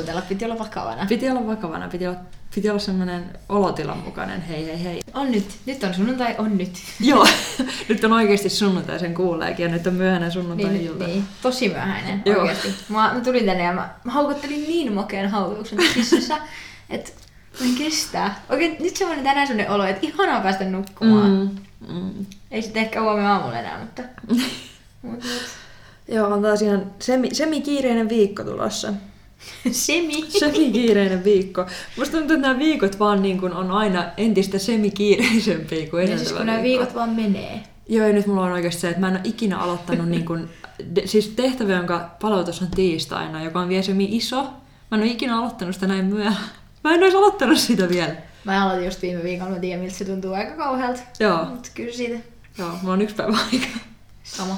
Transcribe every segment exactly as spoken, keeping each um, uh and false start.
naureskella, piti olla vakavana. Piti olla vakavana, piti olla, piti olla semmoinen olotilan mukainen hei hei hei. On nyt, nyt on sunnuntai, on nyt. Joo, nyt on oikeasti sunnuntai, sen kuuleekin ja nyt on myöhäinen sunnuntai-ilta. Niin, niin, tosi myöhäinen Joo. oikeasti. Mä, mä tulin tänne ja mä, mä haukottelin niin makean haukotuksen kissassa, että mä en kestää. Oikein nyt semmoinen tänään semmoinen olo, että ihanaa päästä nukkumaan. Mm, mm. Ei sitten ehkä huomenna aamulla enää, mutta... mut, mut. Joo, on taas ihan semi, semi-kiireinen viikko tulossa. Semi. Semi-kiireinen viikko. Musta tuntuu, että nämä viikot vaan niin kuin on aina entistä semi-kiireisempiä kuin Ja edeltävä siis kun nämä viikko. viikot vaan menee. Joo, ja nyt mulla on oikeasti se, että mä en ole ikinä aloittanut niin kuin, de, siis tehtävä, jonka palautus on tiistaina, joka on vielä semi-iso. Mä en ole ikinä aloittanut sitä näin myöhään. Mä en olisi aloittanut sitä vielä. Mä aloitin just viime viikolla, mä tiedän miltä se tuntuu aika kauhealta. Joo. Mut kyllä siitä Joo, mulla on yksi päivä aikaa. sama.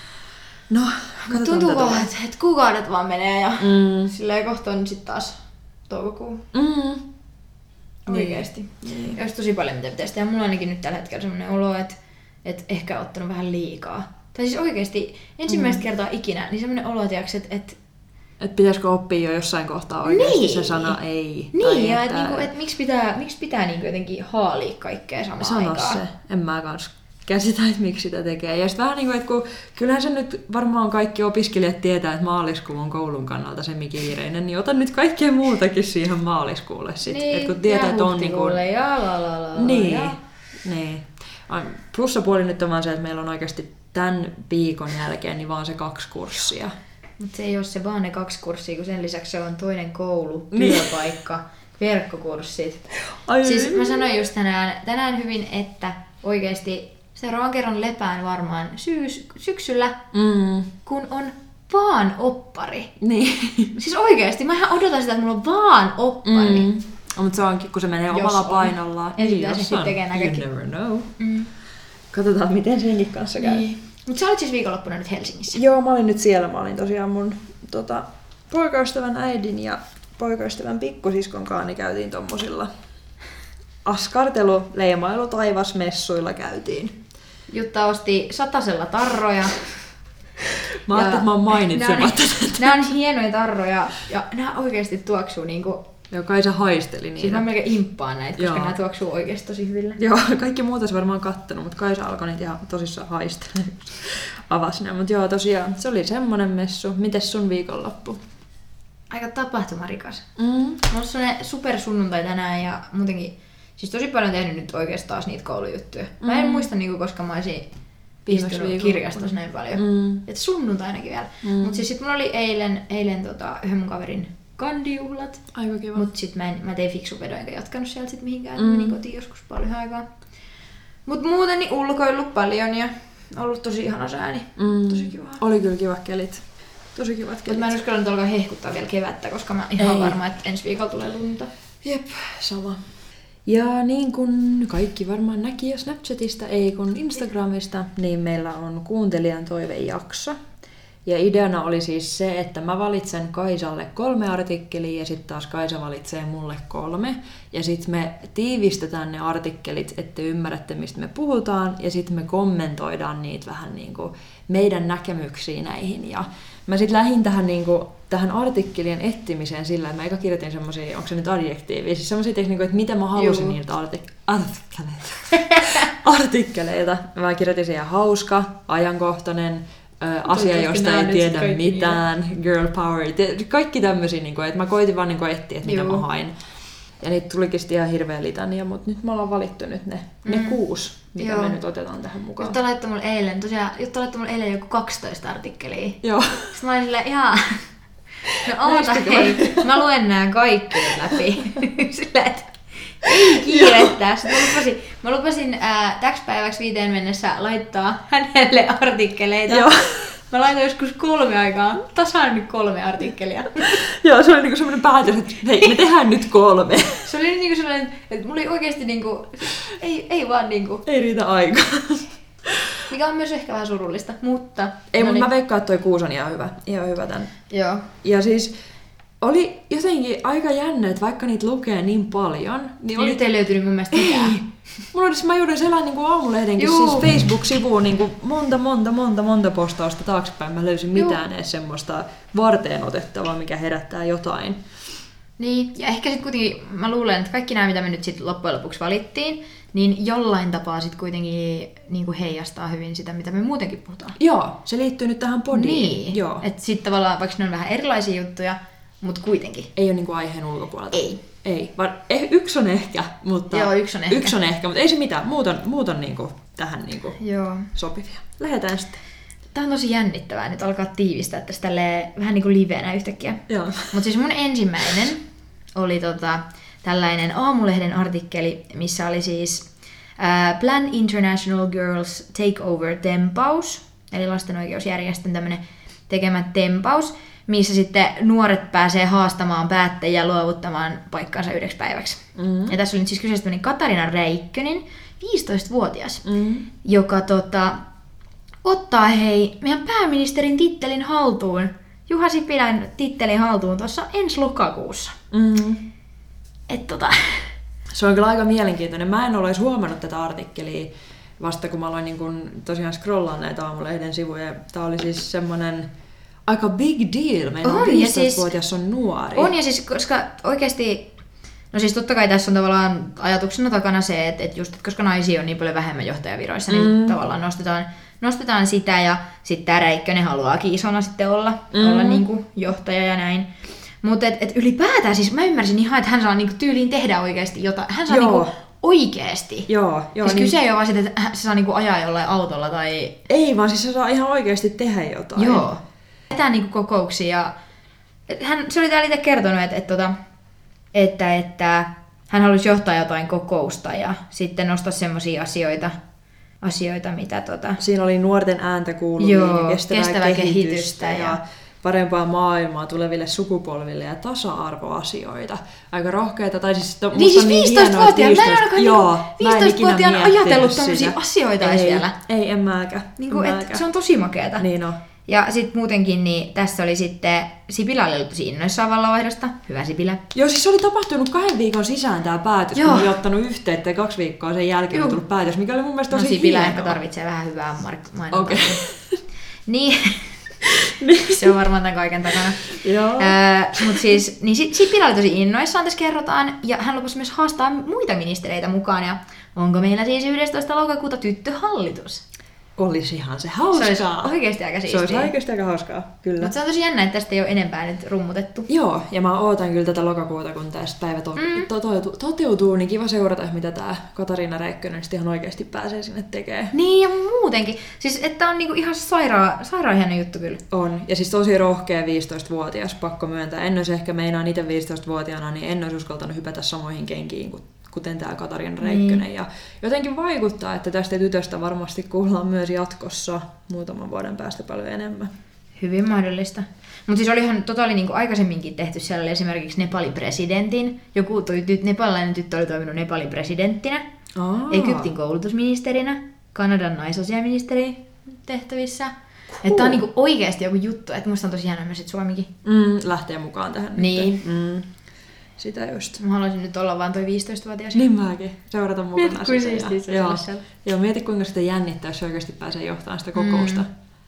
No, Mut katsotaan tuntuu tätä. vaan, että et kuukaudet vaan menee ja Mm. silleen kohta on sit taas toukokuu. Mm. Oikeesti. Niin. Olisi tosi paljon mitä pitäisi tehdä. Mulla on ainakin nyt tällä hetkellä semmoinen olo, että et ehkä ottanut vähän liikaa. Tai siis oikeesti ensimmäistä mm. kertaa ikinä, niin semmoinen olo, tiiäks, että et, Et pitäisikö oppia jo jossain kohtaa oikeasti Niin. se sana ei. niin, tai ja että et, niinku, et miksi pitää, miksi pitää niinku jotenkin haalia kaikkea samaan sano aikaan. se. En mä kans käsitä, että miksi sitä tekee. Ja sitten vähän niin kuin, että kun, kyllähän se nyt varmaan kaikki opiskelijat tietää, että maaliskuu on koulun kannalta semikiireinen, niin ota nyt kaikkea muutakin siihen maaliskuulle sitten. Niin, Et kun tietää, ja että on niin kuin... huhtikuulle, ja la la la la, Niin, ja. niin. Ai, plussapuoli nyt on vaan se, että meillä on oikeasti tämän viikon jälkeen niin vaan se kaksi kurssia. Mutta se ei ole se vaan ne kaksi kurssia, kun sen lisäksi se on toinen koulu, Niin. työpaikka, verkkokurssit. Ai, Siis mä sanoin just tänään, tänään hyvin, että oikeesti seuraavan kerran lepään varmaan syys, syksyllä, Mm, kun on vaan oppari. niin. Siis oikeesti, mä ihan odotan sitä, että mulla on vaan oppari. Mm. No, mutta se onkin, kun se menee Jos omalla on. painollaan. Ja sit Niin, pääsee jos sit on. tekemään You kaikki. never know. Mm. Katsotaan, miten senkin kanssa käy. Niin. Mut sä olit siis viikonloppuna nyt Helsingissä. Joo, mä olin nyt siellä. Mä olin tosiaan mun tota, poikaystävän äidin ja poikaystävän pikkusiskon kanssa, niin käytiin tommosilla askartelu, leimailu, taivasmessuilla käytiin. Jutta osti satasella tarroja. Mä ajattelin, että mä oon mainitsematta. Nämä on hienoja tarroja ja nämä oikeesti tuoksuu niinku... Joo, kai se haisteli Siis mä niitä. melkein imppaan näitä, koska Joo. nämä tuoksuu oikeesti tosi hyville. Joo, kaikki muut olisi varmaan kattonut, mutta kai se alkoi niitä ihan tosissaan haistella. Avasi ne, mutta joo, tosiaan se oli semmonen messu. Mites sun viikonloppu? Aika tapahtumarikas. Mm. Mulla on sellainen super sunnuntai tänään ja muutenkin... Siis tosi paljon tehnyt nyt oikeesti taas niitä koulujuttuja. Mä en Mm. muista niinku, koska mä olisin Viimeksi istunut viikonloppuna. kirjastossa näin paljon. Mm. Että sunnuntainakin vielä. Mm. Mut siis sit mulla oli eilen, eilen tota, yhden mun kaverin kandijuhlat. Aika kiva. Mut sit mä, en, mä tein fiksuvedo enkä jatkanut sieltä sit mihinkään. Mm. Mm. Menin kotiin joskus paljon aikaa. Mut muuten niin ulkoillut paljon ja ollut tosi ihana sääni. Mm. Tosi kiva. Oli kyllä kivat kelit. Tosi kivat Mut kelit. mä en uskallannut alkaa hehkuttaa vielä kevättä, koska mä ihan Ei. varma, että ensi viikolla tulee lunta. Jep, sama. Ja niin kuin kaikki varmaan näki jo Snapchatista, ei kun Instagramista, niin meillä on kuuntelijan toivejakso. Ja ideana oli siis se, että mä valitsen Kaisalle kolme artikkelia ja sitten taas Kaisa valitsee mulle kolme. Ja sitten me tiivistetään ne artikkelit, että ymmärrätte mistä me puhutaan ja sitten me kommentoidaan niitä vähän niin kuin meidän näkemyksiä näihin. Ja mä sitten lähdin tähän, niin kuin, tähän artikkelien etsimiseen sillä, että mä eka kirjoitin semmosia, onko se nyt adjektiivia, siis semmosia tekniikoita, että mitä mä halusin Juu. niiltä artik- artikkeleita. artikkeleita. Mä kirjoitin siihen hauska, ajankohtainen, Ö, asia, Toivottavasti josta nää ei on nyt tiedä sit kaikki mitään, girl power, te- kaikki tämmöisiä, niin että mä koitin vaan niin etsiä, että mitä Juu. mä hain. Ja niitä tulikin sitten ihan hirveä litania, mutta nyt me ollaan valittu nyt ne, mm. ne kuusi, mitä Joo. me nyt otetaan tähän mukaan. Jutta laittoi mulle eilen, tosiaan Jutta laittoi mulle eilen joku kaksitoista artikkelia. Joo. Sitten mä olin silleen, jaa, no oota Näistikö hei, mä luen nää kaikki nyt läpi. Silleen, että ei kiirettä. Sitten mä lupasin, mä lupasin ää, täksi päiväksi viiteen mennessä laittaa hänelle artikkeleita. Joo. Mä laitoin joskus kolme aikaa, tasan nyt kolme artikkelia. Joo, se oli niinku semmoinen päätös, että hei, me tehdään nyt kolme. Se oli niinku sellainen, että mulla oli oikeesti niinku, ei, ei vaan niinku, Ei riitä aikaa. mikä on myös ehkä vähän surullista, mutta... Ei, no mutta niin. mä veikkaan, että toi kuusi on ihan hyvä. Ihan hyvä tän. Joo. Ja siis oli jotenkin aika jännä, että vaikka niitä lukee niin paljon, niin Niin oli... nyt ei löytynyt mun mielestä mitään. Mulla oli, mä joudun selään niin aamulehdenkin Juu. siis Facebook-sivuun niin monta, monta, monta, monta postausta taaksepäin. Mä löysin Juu. mitään edes semmoista varteen otettavaa, mikä herättää jotain. Niin, ja ehkä sitten kuitenkin mä luulen, että kaikki nämä, mitä me nyt sitten loppujen lopuksi valittiin, niin jollain tapaa sitten kuitenkin niin kuin heijastaa hyvin sitä, mitä me muutenkin puhutaan. Joo, se liittyy nyt tähän podiin. Niin, Joo. että sitten tavallaan, vaikka ne on vähän erilaisia juttuja, mutta kuitenkin. Ei ole niinku aiheen ulkopuolelta. Ei. Ei. Vaan eh, yksi on ehkä, mutta... Joo, yksi on ehkä. Yksi on ehkä, mutta ei se mitään. Muut on, muut on niinku tähän niinku Joo. sopivia. Lähdetään sitten. Tää on tosi jännittävää nyt alkaa tiivistää tässä tälleen vähän niinku liveenä yhtäkkiä. Joo. Mutta siis mun ensimmäinen oli tota, tällainen Aamulehden artikkeli, missä oli siis uh, Plan International Girls Takeover tempaus, eli lasten oikeusjärjestön tämmönen tekemä tempaus, missä sitten nuoret pääsee haastamaan päättäjiä luovuttamaan paikkaansa yhdeksi päiväksi. Mm-hmm. Ja tässä oli nyt siis kyseessä tämmöinen Katarina Räikkönen, viisitoistavuotias, mm-hmm. joka tota, ottaa hei meidän pääministerin tittelin haltuun, Juha Sipilän tittelin haltuun tuossa ensi lokakuussa. Mm-hmm. Et tota... Se on kyllä aika mielenkiintoinen. Mä en ole edes huomannut tätä artikkelia vasta kun mä aloin niin kun tosiaan scrollaan näitä Aamulehden sivuja. Tää oli siis semmonen aika big deal. Meidän on, viisitoistavuotias siis, on nuori. On ja siis, koska oikeasti, no siis totta kai tässä on tavallaan ajatuksena takana se, että, että just, että koska naisia on niin paljon vähemmän johtajaviroissa, mm. niin tavallaan nostetaan, nostetaan sitä ja sitten tää Räikkönen haluaakin isona sitten olla, mm. olla niin kuin johtaja ja näin. Mutta et, et ylipäätään siis mä ymmärsin ihan, että hän saa niinku tyyliin tehdä oikeasti jotain. Hän saa niinku oikeesti. Joo, joo. Siis niin... kyse ei ole vaan siitä, että se saa niinku ajaa jollain autolla tai... Ei, vaan siis se saa ihan oikeesti tehdä jotain. Joo. Vetää niinku kokouksia ja... Hän, se oli täällä itse kertonut, että, että, että, että, että hän halusi johtaa jotain kokousta ja sitten nostaa semmosia asioita, asioita mitä tota... Siinä oli nuorten ääntä kuuluvia ja kestävää, kestävää kehitystä, kehitystä ja... ja... parempaa maailmaa tuleville sukupolville ja tasa-arvoasioita. Aika rohkeita, tai siis... To, niin siis viisitoistavuotiaan, mä en ainakaan joo, viisitoistavuotiaan ajatellut tämmöisiä asioita ei, siellä. Ei, en mäkä. Niin kuin, et, se on tosi makeata. Niin on. Ja sitten muutenkin, niin tässä oli sitten, Sipilä oli ollut tosi innoissaan vallanvaihdosta. Hyvä Sipilä. Joo, siis oli tapahtunut kahden viikon sisään tämä päätös, joo. Kun oli ottanut yhteyttä ja kaksi viikkoa sen jälkeen on tullut päätös, mikä oli mun mielestä tosi no, Sipilä hienoa. ehkä tarvitsee vähän hyvää mainontaa. Okei. Okay. Niin. Se on varmaan tämän kaiken takana. Joo. Öö, Mutta siis, niin Sipilä oli tosi innoissaan, tässä kerrotaan, ja hän lupasi myös haastaa muita ministereitä mukaan, ja onko meillä siis yhdestoista lokakuuta tyttöhallitus? Olisihan se hauskaa. Se olisi oikeasti aika siistiä. Se olisi oikeasti aika hauskaa, kyllä. Mutta se on tosi jännä, että tästä ei ole enempää nyt rummutettu. Joo, ja mä ootan kyllä tätä lokakuuta, kun tästä päivä to- mm. toteutuu, toteutuu, niin kiva seurata, mitä tää Katariina Räikkönen sitten ihan oikeasti pääsee sinne tekemään. Niin, ja muutenkin. Siis, että on niinku ihan sairaan, sairaan hieno juttu kyllä. On, ja siis tosi rohkea viisitoistavuotias, pakko myöntää. En olisi ehkä meinaan itse viisitoistavuotiaana, niin en olisi uskaltanut hypätä samoihin kenkiin kuin kuten tämä Katariina Räikkönen. Mm. Ja jotenkin vaikuttaa, että tästä tytöstä varmasti kuullaan myös jatkossa muutaman vuoden päästä paljon enemmän. Hyvin mahdollista. Mutta siis olihan tota oli niinku aikaisemminkin tehty, siellä oli esimerkiksi Nepalin presidentin. Joku ty- nepalilainen tyttö oli toiminut Nepalin presidenttinä, Aa. Egyptin koulutusministerinä, Kanadan naisasiaministeri tehtävissä. Cool. Että on niinku oikeasti joku juttu, että musta on tosi hienoa myös, että Suomikin mm, lähtee mukaan tähän. Niin. Mm. Sitä just. Mä haluaisin nyt olla vaan toi viisitoistavuotias. Niin mäkin. Seurata mukana sitä. Mieti, kuin siistiä se joo. Joo, mieti kuinka sitä jännittää, jos se oikeasti pääsee johtamaan sitä kokousta. Mm.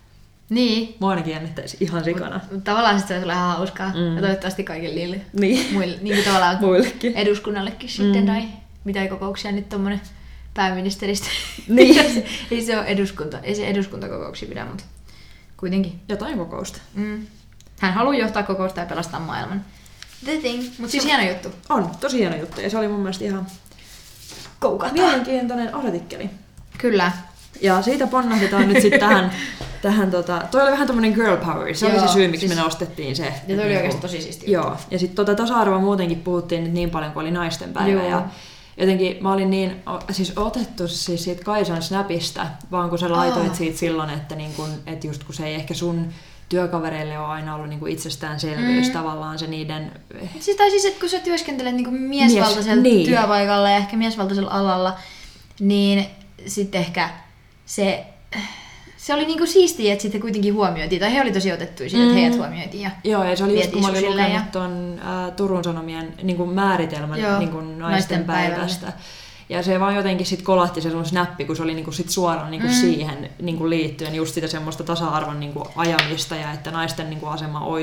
Niin. Mua ainakin jännittäisi ihan sikana. Mut, tavallaan se tulee ihan hauskaa. Mm. Ja toivottavasti kaikille niille. Niin. Muille, niin kuin tavallaan muillekin. Eduskunnallekin mm. sitten. Tai mitä kokouksia nyt tommonen pääministeristä. Niin. ei se ole eduskunta. Ei se eduskuntakokouksia pidä, mutta kuitenkin. Jotain kokousta. Mm. Hän haluaa johtaa kokousta ja pelastaa maailman. The thing. Mut siis hieno juttu. On, tosi hieno juttu. Ja se oli mun mielestä ihan koukata. Mielenkiintoinen artikkeli. Kyllä. Ja siitä ponnahdetaan nyt sitten tähän, tähän tota, toi oli vähän tommonen girl power. Se joo, oli se syy, miksi siis, me nostettiin se. Ja toi oli oikeasti tosi siistiä. Joo. Ja sitten tota tasa-arvoa muutenkin puhuttiin nyt niin paljon kuin oli naisten päivä. Joo. Ja jotenkin mä olin niin, siis otettu siis siitä Kaisan snapista, vaan kun sä laitoit oh. siitä silloin, että, niin kun, että just kun se ei ehkä sun työkavereille on aina ollut niinku itsestäänselvyys mm. tavallaan se niiden... Siis, tai siis, että kun sä työskentelet niinku miesvaltaisella Mies, niin. työpaikalla ja ehkä miesvaltaisella alalla, niin sitten ehkä se, se oli niinku siistiä, että sitten kuitenkin huomioitiin, tai he oli tosi otettuja siitä, mm. että heidät huomioitiin. Ja joo, ja se oli just kun mä olin lukenut ja... ton ä, Turun Sanomien niinku määritelmän joo, niinku naisten, naisten päivästä. Päivällä. Ja se vaan jotenkin sit kolahti se sun snappi, kun se oli niinku sit suoraan niinku mm. siihen niinku liittyen just sitä semmoista tasa-arvon niinku ajamista ja että naisten niinku asema olisi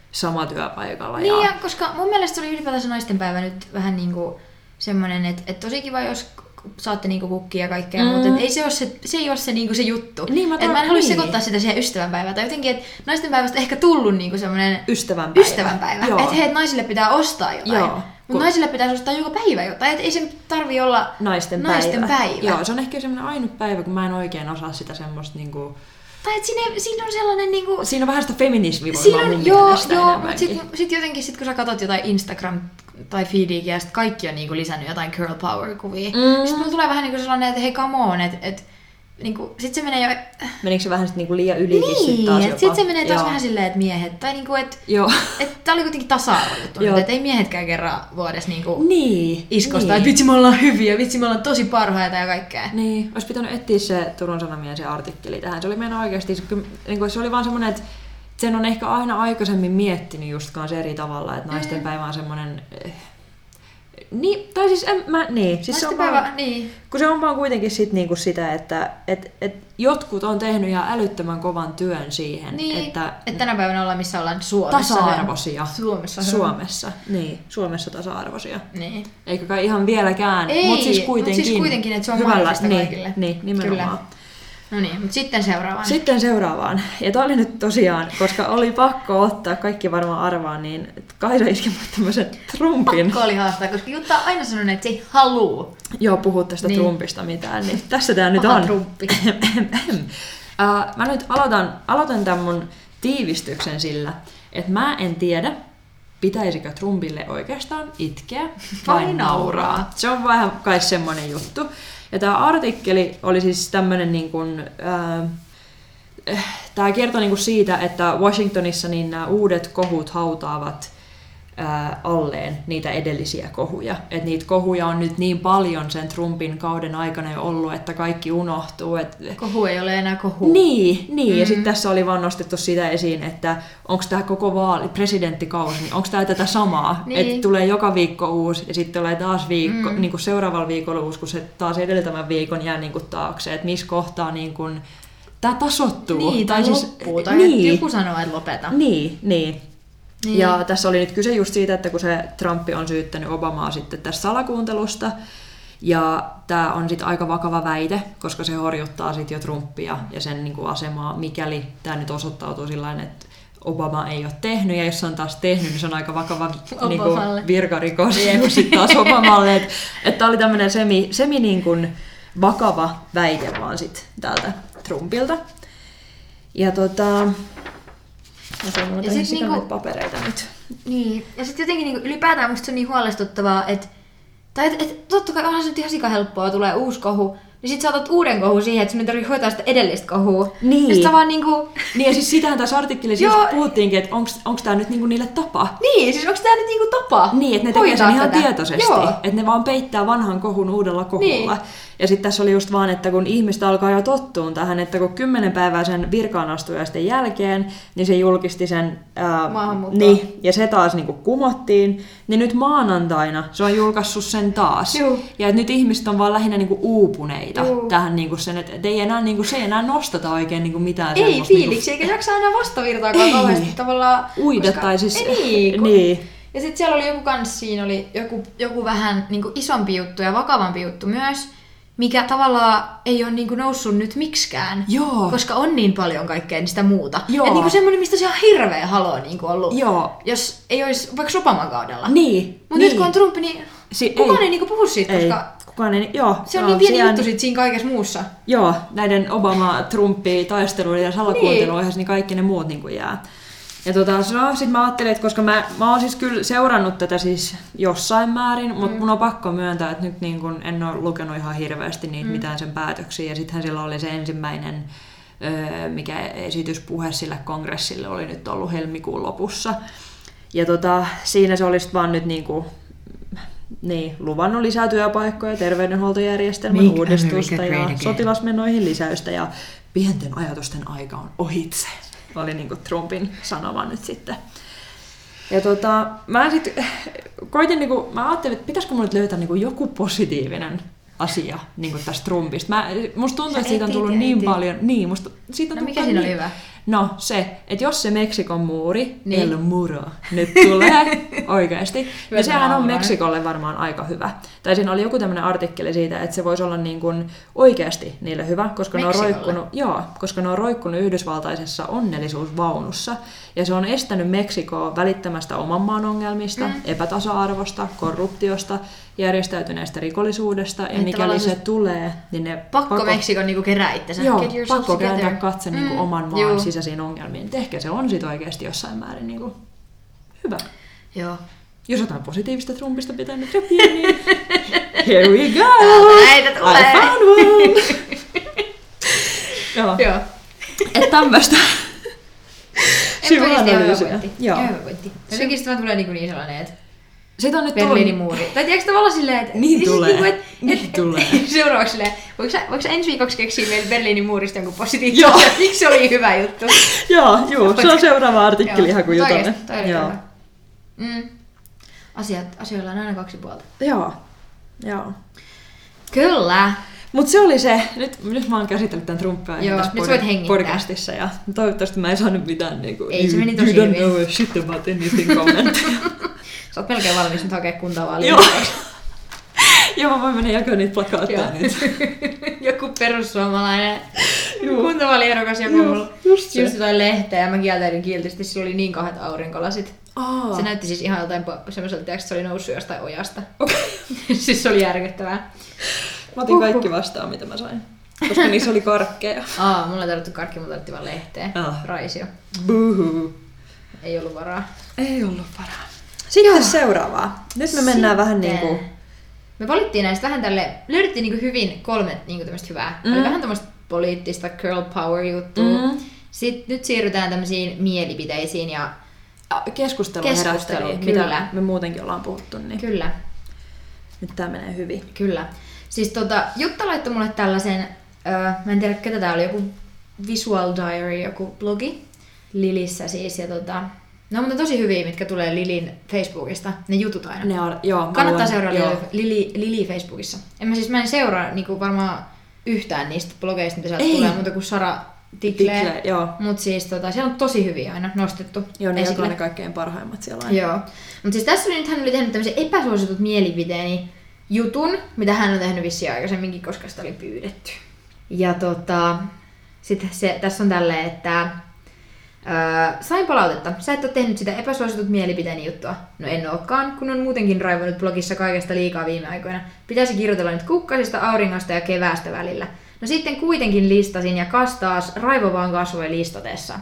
sama työpaikalla. Niin, ja... ja koska mun mielestä se oli ylipäätänsä naistenpäivä nyt vähän niinku semmoinen, että et tosi kiva, jos saatte niinku kukkia ja kaikkea, mm. mutta ei se ole se, se, ei ole se, niinku se juttu. Niin, mä, et mä en halua niin. sekoittaa sitä siihen ystävänpäivään. Tai jotenkin, että naistenpäivästä ehkä tullut niinku semmoinen ystävänpäivä. ystävänpäivä. Että hei, naisille pitää ostaa jotain. Mutta kun... naisille pitää ostaa joka päivä jotain. Et ei se tarvii olla naisten, naisten päivä. päivä. Joo, se on ehkä semmoinen ainut päivä, kun mä en oikein osaa sitä semmoista niinku... Tai että siinä, siinä on sellainen niinku... Siinä on vähän sitä feminismiä voi siinä olla on, mun joo, mielestä joo, enemmänkin. mutta sit, sit jotenkin sit, kun sä katsot jotain Instagram tai feediäkin ja sit kaikki on niinku lisännyt jotain girl power kuvia. Mm. Sitten mulla tulee vähän niinku sellainen, että hei come on, että et, niinku, sit se menee jo... Menikö se vähän sit niinku liian ylikin niin, sit taas jopa? Sit se menee taas joo. vähän silleen, että miehet, tai niinku, että et, tää oli kuitenkin tasa-arvojuttu, että ei miehetkään kerran vuodessa niinku niin, iskosta, niin. että vitsi me ollaan hyviä, vitsi me ollaan tosi parhaita ja kaikkea. Niin, olisi pitänyt etsiä se Turun Sanomien se artikkeli tähän. Se oli meidän oikeasti, se, niin se oli vaan semmoinen, että sen on ehkä aina aikaisemmin miettinyt just kanssa eri tavalla, että naisten mm. päivä on semmoinen... Niin, tai siis en, mä, niin. Siis se on päivä, vaan, niin. Kun se on vaan kuitenkin sit niinku sitä, että et, et jotkut on tehnyt ihan älyttömän kovan työn siihen, niin, että... että tänä päivänä ollaan missä ollaan Suomessa. Tasa-arvoisia. Suomessa. Suomessa, niin. Suomessa tasa-arvoisia. Niin. Eikä kai ihan vieläkään, mutta siis kuitenkin... Mut siis kuitenkin, että se on hyvällä, mahdollista niin, kaikille. Niin, nimenomaan. Kyllä. No niin, mutta sitten seuraavaan. Sitten seuraavaan. Ja tää oli nyt tosiaan, koska oli pakko ottaa, kaikki varmaan arvaa, niin Kaisa iski tämmöisen Trumpin. Pakko oli haastaa, koska Jutta on aina sanonut, että se ei haluu. Joo, puhu tästä niin. Trumpista mitään, niin tässä tää nyt Paha on. Trumpi. uh, mä nyt aloitan, aloitan tämän mun tiivistyksen sillä, että mä en tiedä, pitäisikö Trumpille oikeastaan itkeä vai, vai nauraa. Se on vähän kai semmonen juttu. Ja tämä artikkeli oli siis tämmöinen, niin kuin, äh, tämä kertoi niin kuin siitä, että Washingtonissa niin nämä uudet kohut hautaavat äh, alleen niitä edellisiä kohuja. Että niitä kohuja on nyt niin paljon sen Trumpin kauden aikana jo ollut, että kaikki unohtuu. Et... Kohu ei ole enää kohu. Niin, niin. Mm-hmm. Ja sitten tässä oli vaan nostettu sitä esiin, että onko tämä koko vaali, presidenttikausi, niin onko tämä tätä samaa, niin. Että tulee joka viikko uusi ja sitten tulee taas viikko, mm. niin kuin seuraavalla viikolla uusi, kun se taas edeltävän viikon jää niin kuin taakse, että missä kohtaa niin kuin, tämä tasottuu. Niin, tai, tai siis, loppuu, tai niin. joku sanoo, että lopeta. Niin, niin. Niin. Ja tässä oli nyt kyse just siitä, että kun se Trump on syyttänyt Obamaa sitten tästä salakuuntelusta, ja tämä on sitten aika vakava väite, koska se horjuttaa sitten jo Trumpia ja sen niinku asemaa, mikäli tämä nyt osoittautuu sillain, että Obama ei ole tehnyt, ja jos se on taas tehnyt, niin se on aika vakava niinku virkarikos sitten taas Obamalle. Että et tämä oli tämmöinen semi, semi niinku vakava väite vaan sitten täältä Trumpilta. Ja tota... Mä sain mulla tähän sikana niinku, papereita nyt. Niin, ja sitten jotenkin niinku, ylipäätään musta se on niin huolestuttavaa, että tai et, et, totta kai onhan se nyt ihan sikahelppoa, tulee uusi kohu, niin sit sä otat uuden kohun siihen, että sun ei tarvitse hoitaa sitä edellistä kohua. Niin. Ja sit sä vaan niinku... Niin, ja siis sitähän tässä artikkelissa just puhuttiinkin, että onks, onks tää nyt niinku niille tapa. Niin, siis onks tää nyt niinku tapa? Niin, että ne tekee sen ihan tätä tietoisesti. Että ne vaan peittää vanhan kohun uudella kohulla. Niin. Ja sitten tässä oli just vaan, että kun ihmiset alkaa jo tottuun tähän, että kun kymmenen päivää sen virkaanastujaisten jälkeen, niin se julkisti sen... Ää, niin, ja se taas niinku kumottiin. Niin nyt maanantaina se on julkaissut sen taas. Juh. Ja että nyt ihmiset on vaan lähinnä niinku uupuneita Juh. tähän niinku sen, että ei enää, niinku, se ei enää nostata oikein niinku mitään ei semmoista... Ei fiiliksi, niinku... eikä jaksa enää vastavirtaakaan kauheasti tavallaan... Uida koska... tai siis... Ei, niin, kun... niin. Ja sitten siellä oli joku kans, siinä oli joku, joku vähän niinku isompi juttu ja vakavampi juttu myös, mikä tavallaan ei ole niinku noussut nyt miksikään, Joo. koska on niin paljon kaikkea sitä muuta. Että niinku semmoinen, mistä se on hirveä haloo niinku ollut, Joo. jos ei olisi vaikka Obaman kaudella. Niin. Mutta niin. nyt kun on Trump, niin si- kukaan ei, ei niinku puhu siitä, ei. koska kukaan ei, joo, se on joo, niin pieni siellä... juttu sit siinä kaikessa muussa. Joo, näiden Obama-Trumpi-taisteluiden ja salakuuntelun ohjassa, niin kaikki ne muut niinku jää. Ja tota, no, sit mä ajattelin, että koska mä, mä oon siis kyllä seurannut tätä siis jossain määrin, mutta mm. mun on pakko myöntää, että nyt niin kun en ole lukenut ihan hirveästi niitä mm. mitään sen päätöksiä. Ja sittenhän sillä oli se ensimmäinen, öö, mikä esityspuhe sille kongressille oli nyt ollut helmikuun lopussa. Ja tota, siinä se olisi vaan nyt niinku, niin, luvannut lisää työpaikkoja, terveydenhuoltojärjestelmän Make uudistusta ja sotilasmenoihin lisäystä ja pienten ajatusten aika on ohitse. Oli niinku Trumpin sanoma nyt sitten. Ja tota, mä sit koitin niinku, mä ajattelin, että pitäisikö mun nyt löytää niinku joku positiivinen asia niinku tästä Trumpista. Mä, musta tuntuu, että siitä on tullut niin paljon, niin, musta siitä on no, mikä siinä niin, oli hyvä? No se, että jos se Meksikon muuri, Niin. El Muro, nyt tulee oikeasti, niin sehän on nauraa. Meksikolle varmaan aika hyvä. Tai siinä oli joku tämmöinen artikkeli siitä, että se voisi olla niin kuin oikeasti niille hyvä, koska ne, on Meksikolle? roikkunut, joo, koska ne on roikkunut yhdysvaltaisessa onnellisuusvaunussa. Ja se on estänyt Meksikoa välittämästä oman maan ongelmista, mm. epätasa-arvosta, korruptiosta, järjestäytyneestä rikollisuudesta. Ja Että mikäli tavallaan se se- tulee, niin ne Pakko Meksikon niinku kerää itsensä. Joo, Get yourself pakko together. kääntää katse niin kuin Mm, oman maan juu. sisäisiin ongelmiin. Ehkä se on sit oikeasti jossain määrin niin kuin hyvä. Joo. Jos jotain positiivista Trumpista pitää nyt repiä, niin here we go! Täältä näitä tulee. I found one! Joo, Joo. että tämmöistä. Ei oikeesti ihan hyvä Syväanalyysiä. pointti. Joo. Ihan hyvä pointti. Jotenkin sitten vaan tulee niinku niin sellainen, että Siitä on nyt Berliinin tullut... muuri. Tai tiedätkö tavallaan silleen, että... Niin siis tulee. Niinku, et, Niin et, tulee. Seuraavaksi silleen, voiko sä, voiko sä ensi viikoksi keksiä meille Berliinin muurista jonkun positiivisen Joo. asian? Miksi se oli hyvä juttu? Joo, juu, se on seuraava artikkeli ihan kuin Toi jutonne. oikeesti, toi oli Joo. hyvä. Mm. Asiat, asioilla on aina kaksi puolta. Joo. Joo. Kyllä. Mut se oli se, nyt, nyt mä oon käsitellyt tämän Trumpia Joo, tässä nyt sä voit hengittää. podcastissa ja toivottavasti mä en saanut mitään niinku, Ei, se you, meni tosi you don't hyvin. know a shit about anything kommentteja. Sä oot melkein valmis nyt hakea kuntavaaliin. Joo. Joo, mä voin mennä jakamaan niitä plakaatteja Joo. nyt. Joku perussuomalainen Juu. kuntavaaliehdokas joku Joo, mulla. just se. Just jotain lehteä ja mä kieltäydyin kiltisti, sillä oli niin kahdet aurinkolasit. Aa. Se näytti siis ihan jotain po- semmoiselta, tiiäks, että se oli noussut jostain ojasta. Okei. Siis se oli järkyttävää. Mä otin kaikki vastaan, mitä mä sain. Koska niissä oli karkkeja. Aa, mulla ei tarvittu karkki, mulla tarvittiin vaan lehteä. Ah. Raisio. Buuhuu. Ei ollut varaa. Ei ollut varaa. Sitten seuraavaa. Nyt me mennään Sitten. vähän niinku... Me valittiin näistä vähän tälle, löydettiin niinku hyvin kolme niinku tämmöistä hyvää. Mm. Oli vähän tämmöistä poliittista girl power juttua. Mm. Sitten nyt siirrytään tämmöisiin mielipiteisiin ja Keskustelu, Keskustelu, herättelyä, kyllä. mitä me muutenkin ollaan puhuttu, niin kyllä, nyt tää menee hyvin. kyllä. Siis tota, Jutta laittoi mulle tällaisen, öö, mä en tiedä ketä tää oli, joku Visual Diary, joku blogi, Lilissä siis. Ja tota, ne on mutta tosi hyviä, mitkä tulee Lilin Facebookista, ne jutut aina. Ne on, joo, mä Kannattaa luen- seurata joo. Lili, Lili Facebookissa. En mä siis mä en seuraa niinku varmaan yhtään niistä blogeista, mitä sieltä Ei. tulee, muuta kuin Sara Tiklee. Tikle, joo. Mut siis tota, siellä on tosi hyviä aina nostettu Joo, ne esille. jakaa ne kaikkein parhaimmat siellä aina. Joo. Mut siis tässä oli nyt, hän oli tehnyt tämmöisen epäsuositut mielipiteeni jutun, mitä hän on tehnyt vissiin aikaisemminkin, koska sitä oli pyydetty. Ja tota, sitten se, tässä on tälleen, että öö, sain palautetta. Sä et ole tehnyt sitä epäsuositut mielipiteeni juttua. No en ookaan, kun on muutenkin raivonut blogissa kaikesta liikaa viime aikoina. Pitäisi kirjoitella nyt kukkasista, auringosta ja keväästä välillä. No sitten kuitenkin listasin ja kas taas raivo vaan kasvoi listatessa.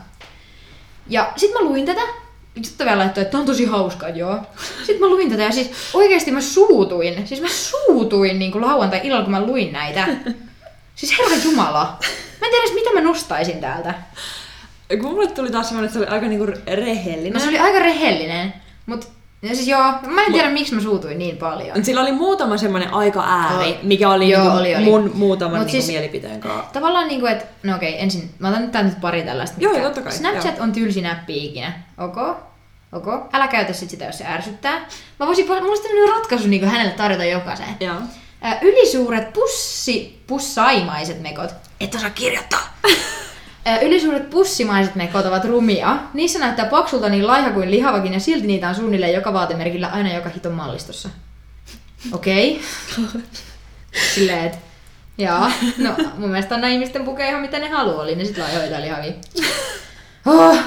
Ja sit mä luin tätä. Sitten vielä laittoi, että tää on tosi hauskaa, joo. Sitten mä luin tätä ja siis oikeesti mä suutuin. Siis mä suutuin niin kuin lauantai-illalla, kun mä luin näitä. Siis herran jumala. Mä en tiedä edes, mitä mä nostaisin täältä. Kun mulle tuli taas semmoinen, että se oli aika niinku rehellinen. No se oli aika rehellinen. Mut ja siis joo, mä en tiedä, miksi mä suutuin niin paljon. Mut sillä oli muutama semmoinen aika ääri, Oli. mikä oli, Joo, niinku oli, oli. mun muutaman Mut niinku siis- mielipiteen kanssa. Tavallaan niinku, että no okei, ensin, mä otan nyt tää nyt pari tällaista. Joo, mitkä- totta kai, Snapchat on tylsin appi ikinä. Ok? Ok? Älä käytä sit sitä, jos se ärsyttää. Mä voisin, mulla olisi tämmönen ratkaisu niinku hänelle tarjota jokaiseen. Joo. Ää, Ylisuuret pussi, pussaimaiset mekot. Et osaa kirjoittaa. Ää, Ylisuuret pussimaiset mekot ovat rumia. Niissä näyttää paksulta niin laiha kuin lihavakin ja silti niitä on suunnilleen joka vaatemerkillä aina joka hiton mallistossa. Okei. Okay. Silleen, et jaa. No mun mielestä nämä ihmisten pukee ihan mitä ne haluaa, oli ne sit laihoja tai lihavia. Oh.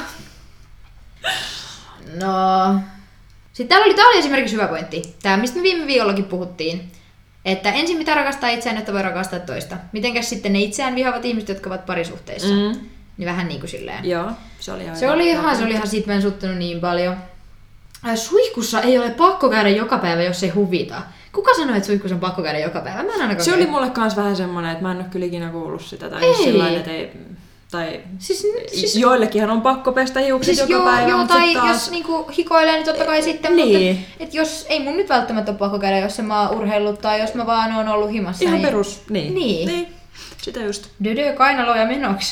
No. Sitten täällä oli, tää oli esimerkiksi hyvä pointti. Tää, mistä me viime viikollakin puhuttiin. Että ensin pitää rakastaa itseään, että voi rakastaa toista. Mitenkäs sitten ne itseään vihaavat ihmiset, jotka ovat parisuhteissa? Mm. Niin vähän niin kuin silleen. Joo, se oli ihan Se oli ihan, se oli ihan siitä mä en suttunut niin paljon. Ää, Suihkussa ei ole pakko käydä joka päivä, jos ei huvita. Kuka sanoi, että suihkussa on pakko käydä joka päivä? Mä en ainakaan Se käy. oli mulle kans vähän semmonen, että mä en oo kyllä ikinä kuullut sitä. Tai Ei. sillain, että ei... Tai Siis, siis, joillekinhan on pakko pestä hiukset siis joka joo, päivä, joo, mutta tai sit taas... jos niinku hikoilee, niin totta kai sitten. Niin. Mutta et jos ei mun nyt välttämättä ole pakko käydä, jos en mä oon urheillut tai jos mä vaan oon ollut himassa. Ihan niin... perus, niin. Niin. niin. Sitä just. Dödö, kainaloja menoksi.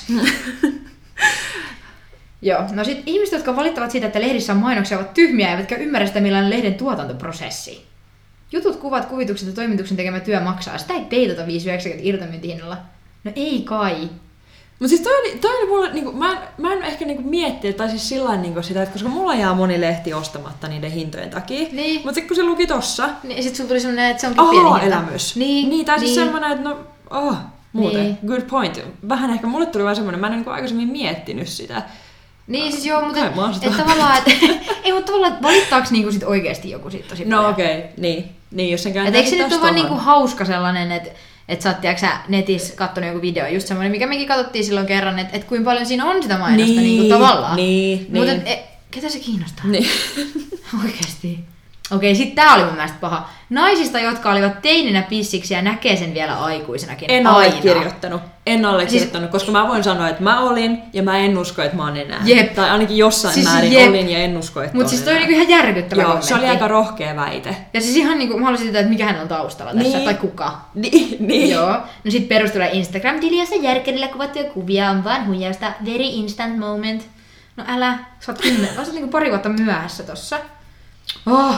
Joo, no sit ihmiset, jotka valittavat siitä, että lehdissä on mainoksia, ovat tyhmiä eivätkä ymmärrä sitä, millainen lehden tuotantoprosessi. Jutut, kuvat, kuvitukset ja toimituksen tekemä työ maksaa. Sitä ei peitota viisi yhdeksänkymmentä irtomyyntihinnalla. No ei kai. Mutta siis toi oli, toi oli mulle, niinku, mä, en, mä en ehkä niinku miettiä, tai siis sillain niinku sitä, että koska mulla jää moni lehti ostamatta niiden hintojen takia. Niin. Mutta sitten kun se luki tossa. Niin, sit sulla tuli semmonen, että se onkin pieni hinta. elämys. Niin. Niin, tai siis niin. semmonen, että no, oh, muuten, niin. good point. Vähän ehkä mulle tuli vaan semmonen, mä en niinku aikaisemmin miettinyt sitä. Niin, siis joo, mutta et, et tavallaan, et, ei, mutta tavallaan, valittaaks niinku sit oikeesti joku sit tosi paljon? No okei, okay. niin. Niin, jos sen kääntää. Et eikö se nyt ole vaan niinku hauska sellainen, että et sä oot tiiäksä netissä kattonut joku video, just semmoinen, mikä mekin katsottiin silloin kerran, että et kuinka paljon siinä on sitä mainosta niin, niinku tavallaan. Niin, Mutta niin. et, ketä se kiinnostaa? Niin. Oikeesti. Okei, sit tää oli mun mielestä paha. Naisista, jotka olivat teininä pissiksi ja näkee sen vielä aikuisenakin. En aina. allekirjoittanut. En allekirjoittanut, siis, koska mä voin sanoa, että mä olin ja mä en usko, että mä oon enää. Jep. Tai ainakin jossain siis määrin jep. olin ja en usko, että Mut on siis toi enää. on niinku ihan järkyttävä Joo, kommentti. se oli aika rohkea väite. Ja siis ihan niinku, mä haluaisin tietää, että mikä hän on taustalla tässä, niin. tai kuka. Niin, niin. Joo. No sit perustelee Instagram-tili, jossa järkkädellä kuvattuja kuvia on vaan huijausta. Very instant moment. No älä, sä oot kymmenen, sä oot niinku pari vuotta myöhässä tossa. Oh.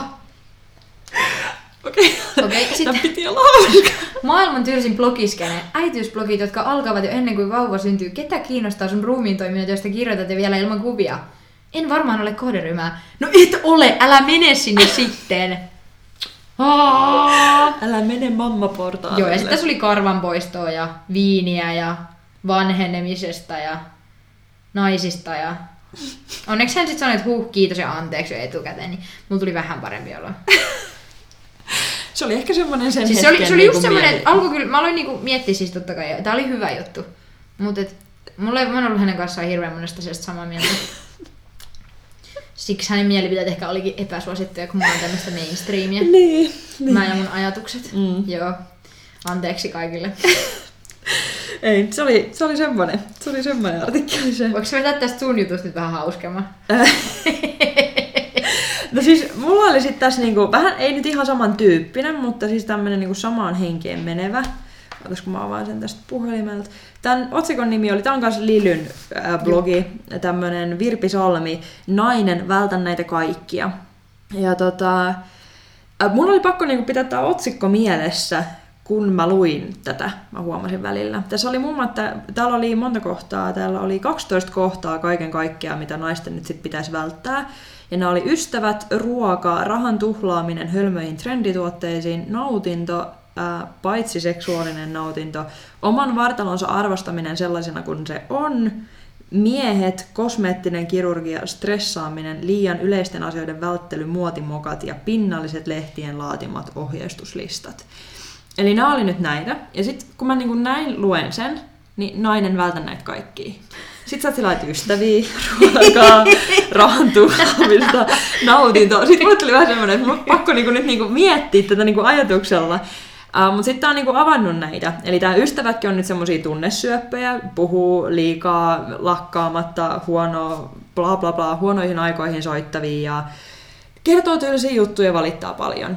Okei, Okei, okay. sit Tämä piti olla hauska. maailman tylsin blogiskene. Äitiysblogit, jotka alkavat jo ennen kuin vauva syntyy. Ketä kiinnostaa sun ruumiin toiminnot, joista kirjoitat ja vielä ilman kuvia? En varmaan ole kohderyhmää. No et ole, älä mene sinne sitten. Oh. Älä mene mammaportaalle. Joo, ja sitten tässä oli karvanpoistoa ja viiniä ja vanhenemisesta ja naisista ja... Onneksi hän sitten sanoi, että huh, kiitos ja anteeksi jo etukäteen, niin mulla tuli vähän parempi olo. Se oli ehkä semmoinen sen siis hetken... Se oli, se oli niin just semmoinen, mieli... että alkoi kyllä, mä aloin niinku miettiä siis totta kai, tää oli hyvä juttu. Mutta mulla ei mä en ollut hänen kanssaan hirveän monesta asiasta samaa mieltä. Siksi hänen mielipiteet ehkä olikin epäsuosittuja, kun mä oon tämmöistä mainstreamia. Niin, niin. Mä ja mun ajatukset. Mm. Joo. Anteeksi kaikille. Ei, se oli, se oli semmoinen. Se oli semmoinen artikkeli se. Voinko vetää tästä sun jutusta nyt vähän hauskemman? No siis mulla oli sit tässä niinku, vähän, ei nyt ihan samantyyppinen, mutta siis tämmönen niinku samaan henkeen menevä. Ootas kun mä avaan sen tästä puhelimelta. Tän otsikon nimi oli, tää on kanssa Lilyn äh, blogi, tämmönen Virpi Salmi, nainen, vältän näitä kaikkia. Ja tota, äh, mun oli pakko niinku pitää tää otsikko mielessä, kun mä luin tätä, mä huomasin välillä. Tässä oli muun muassa, täällä oli monta kohtaa, täällä oli kaksitoista kohtaa kaiken kaikkiaan, mitä naisten nyt sit pitäisi välttää. Ja ne oli ystävät, ruoka, rahan tuhlaaminen hölmöihin trendituotteisiin, nautinto, ää, paitsi seksuaalinen nautinto, oman vartalonsa arvostaminen sellaisena kuin se on, miehet, kosmeettinen kirurgia, stressaaminen, liian yleisten asioiden välttely, muotimokat ja pinnalliset lehtien laatimat ohjeistuslistat. Eli nämä oli nyt näitä. Ja sitten kun mä niin näin luen sen, niin nainen vältän näitä kaikkia. Sitten sä oot sillä ystäviä, ruokaa, rahan tuhlaamista, nautintoa. Sitten mulle tuli vähän semmoinen, että mulla on pakko niinku nyt niinku miettiä tätä niinku ajatuksella. Uh, Mutta sitten tää on niinku avannut näitä. Eli tää ystävätkin on nyt semmosia tunnesyöppöjä, puhuu liikaa, lakkaamatta, huono, bla bla bla, huonoihin aikoihin soittavia ja kertoo tylsiä juttuja ja valittaa paljon.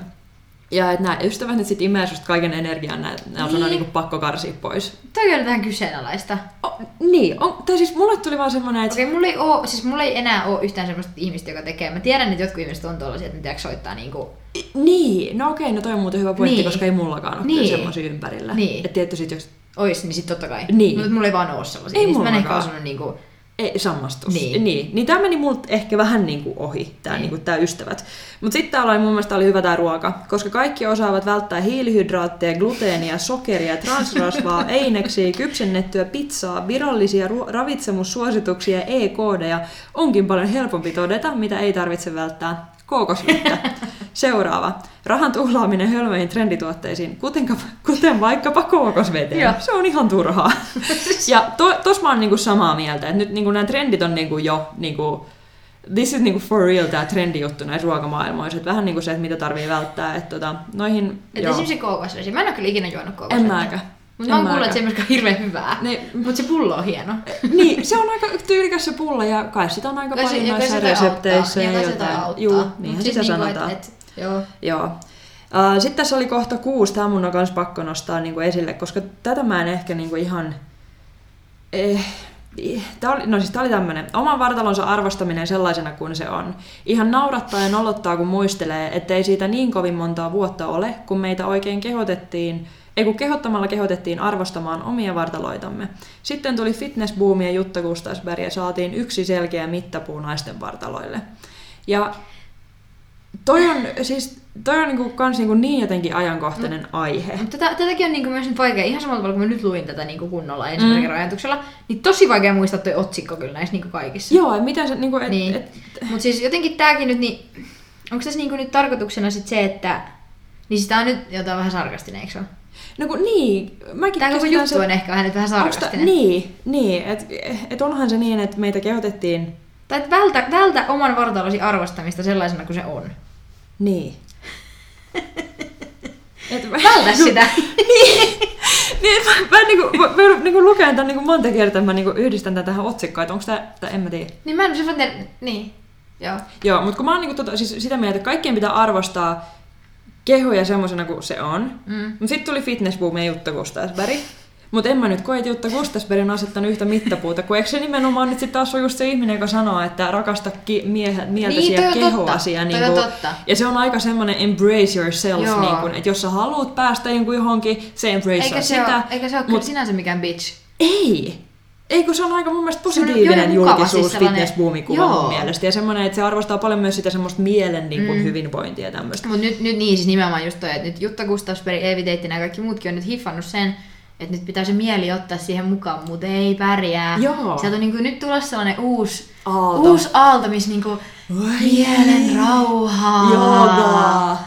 Ja että nämä ystävät nyt sit imee susta kaiken energian, nämä niin. on niinku pakko karsia pois. Toi on vähän kyseenalaista. O, niin, on, tai siis mulle tuli vaan semmoinen, että... Okei, okay, mulla ei oo, siis mulla ei enää oo yhtään semmoista ihmistä, joka tekee. Mä tiedän, että jotkut ihmiset on tollasia, että ne tiedätkö soittaa niinku... Niin, no okei, no toi on muuten hyvä pointti, niin. koska ei mullakaan ole niin. semmosia ympärillä. Niin. Että tietty sit jos... Ois, niin sit totta kai. Niin. Mutta mulla ei vaan oo sellaisia. Ei niin mä en mullakaan. ehkä osannut niinku... Ei, sammastus. Niin. Niin, niin tää meni multa ehkä vähän niinku ohi, tää, niin. niinku, tää ystävät. Mut sit täällä oli mun mielestä oli hyvä tää ruoka, koska kaikki osaavat välttää hiilihydraatteja, gluteenia, sokeria, transrasvaa, eineksiä, kypsennettyä pizzaa, virallisia ru- ravitsemussuosituksia ja e-koodeja. Onkin paljon helpompi todeta, mitä ei tarvitse välttää. Kookosvettä. Seuraava. Rahan tuhlaaminen hölmöihin trendituotteisiin, kuten, kuten vaikkapa kookosveteen. Joo. Se on ihan turhaa. Ja to, tos mä oon niinku samaa mieltä, että nyt niinku nämä trendit on niinku jo, niinku, this is niinku for real tää trendijuttu näissä ruokamaailmoissa. Et vähän niinku se, että mitä tarvii välttää. Et tota, noihin, et esimerkiksi kookosvesi. Mä en oo kyllä ikinä juonut kookosvettä. En mäkään. Mutta mä oon kuullut, että se ei myöskään hirveän hyvää. Ne, Mutta se pullo on hieno. Niin, se on aika tyylikäs se pulla ja kai sitä on aika Kai se- paljon ja kai noissa sitä resepteissä. auttaa. Ja ja kai sitä jotain. auttaa. Juu, Mut niinhän siis sitä niinku, sanotaan. Et, et, joo. Joo. Uh, Sitten tässä oli kohta kuusi, tämä mun on myös pakko nostaa niinku esille, koska tätä mä en ehkä niinku ihan... Eh, Tää oli, no siis tää oli tämmönen. Oman vartalonsa arvostaminen sellaisena kuin se on. Ihan naurattaa ja nolottaa, kun muistelee, ettei siitä niin kovin montaa vuotta ole, kun meitä oikein kehotettiin, ei kun kehottamalla kehotettiin arvostamaan omia vartaloitamme. Sitten tuli fitnessbuumi ja Jutta Gustafsberg ja saatiin yksi selkeä mittapuu naisten vartaloille. Ja toi on siis toi on niinku kans niinku niin jotenkin ajankohtainen no, aihe. Tätä, tätäkin on niinku myös nyt vaikea, ihan samalla tavalla kun mä nyt luin tätä niinku kunnolla ensimmäisen kerran mm. ajatuksella, niin tosi vaikea muistaa toi otsikko kyllä näissä niinku kaikissa. Joo, ja miten se niinku... Et, niin. et... Mut siis jotenkin tääkin nyt, niin onko tässä niinku nyt tarkoituksena sit se, että... Niin siis tää on nyt jotain vähän sarkastinen, eikö se ole? No kun niin, mäkin tää koko juttu se... on ehkä vähän nyt vähän sarkastinen. Niin, niin että et onhan se niin, että meitä kehotettiin... Tai että vältä, vältä oman vartalosi arvostamista sellaisena kuin se on. Niin. Et, vältä sitä. niin. niin mä, mä, niinku, mä, mä niinku luken tän niinku monta kertaa, mä niinku yhdistän tän tähän otsikkoon, että onko tää, tää, en mä tiedä. Niin mä en se tiedä, niin. Joo. Joo, mutta kun mä oon niinku tota, siis sitä mieltä, että kaikkien pitää arvostaa kehoja semmosena kuin se on. Mm. Mutta sitten tuli fitnessboom ja Jutta Gustafsberg. Mutta en mä nyt koe, että Jutta Gustafsberg on asettanut yhtä mittapuuta, kun eikö se nimenomaan nyt sitten taas on just se ihminen, joka sanoo, että rakasta ki- miehe, mieltäsi niin, ja kehoasi. Ja, niinku, totta. ja se on aika semmoinen embrace yourself, niinku, että jos sä haluat päästä jonkun johonkin, se embrace sitä. Ole, eikä se ole mut, kyllä sinänsä mikään bitch. Ei! Ei, kun se on aika mun mielestä positiivinen julkisuus siis fitness-boomikuva mun mielestä. Ja semmoinen, että se arvostaa paljon myös sitä semmoista mielen niin kuin, mm. hyvinvointia ja tämmöistä. Mutta nyt, nyt niin, siis nimenomaan just toi, että nyt Jutta Gustafsberg, Eevi Teittinä ja kaikki muutkin on nyt hiffannut sen, että nyt pitää se mieli ottaa siihen mukaan, mutta ei pärjää. Joo. Sieltä on niin kuin, nyt tulossa sellainen uusi aalto, uusi aalto missä niin kuin, mielen rauhaa. Joogaa.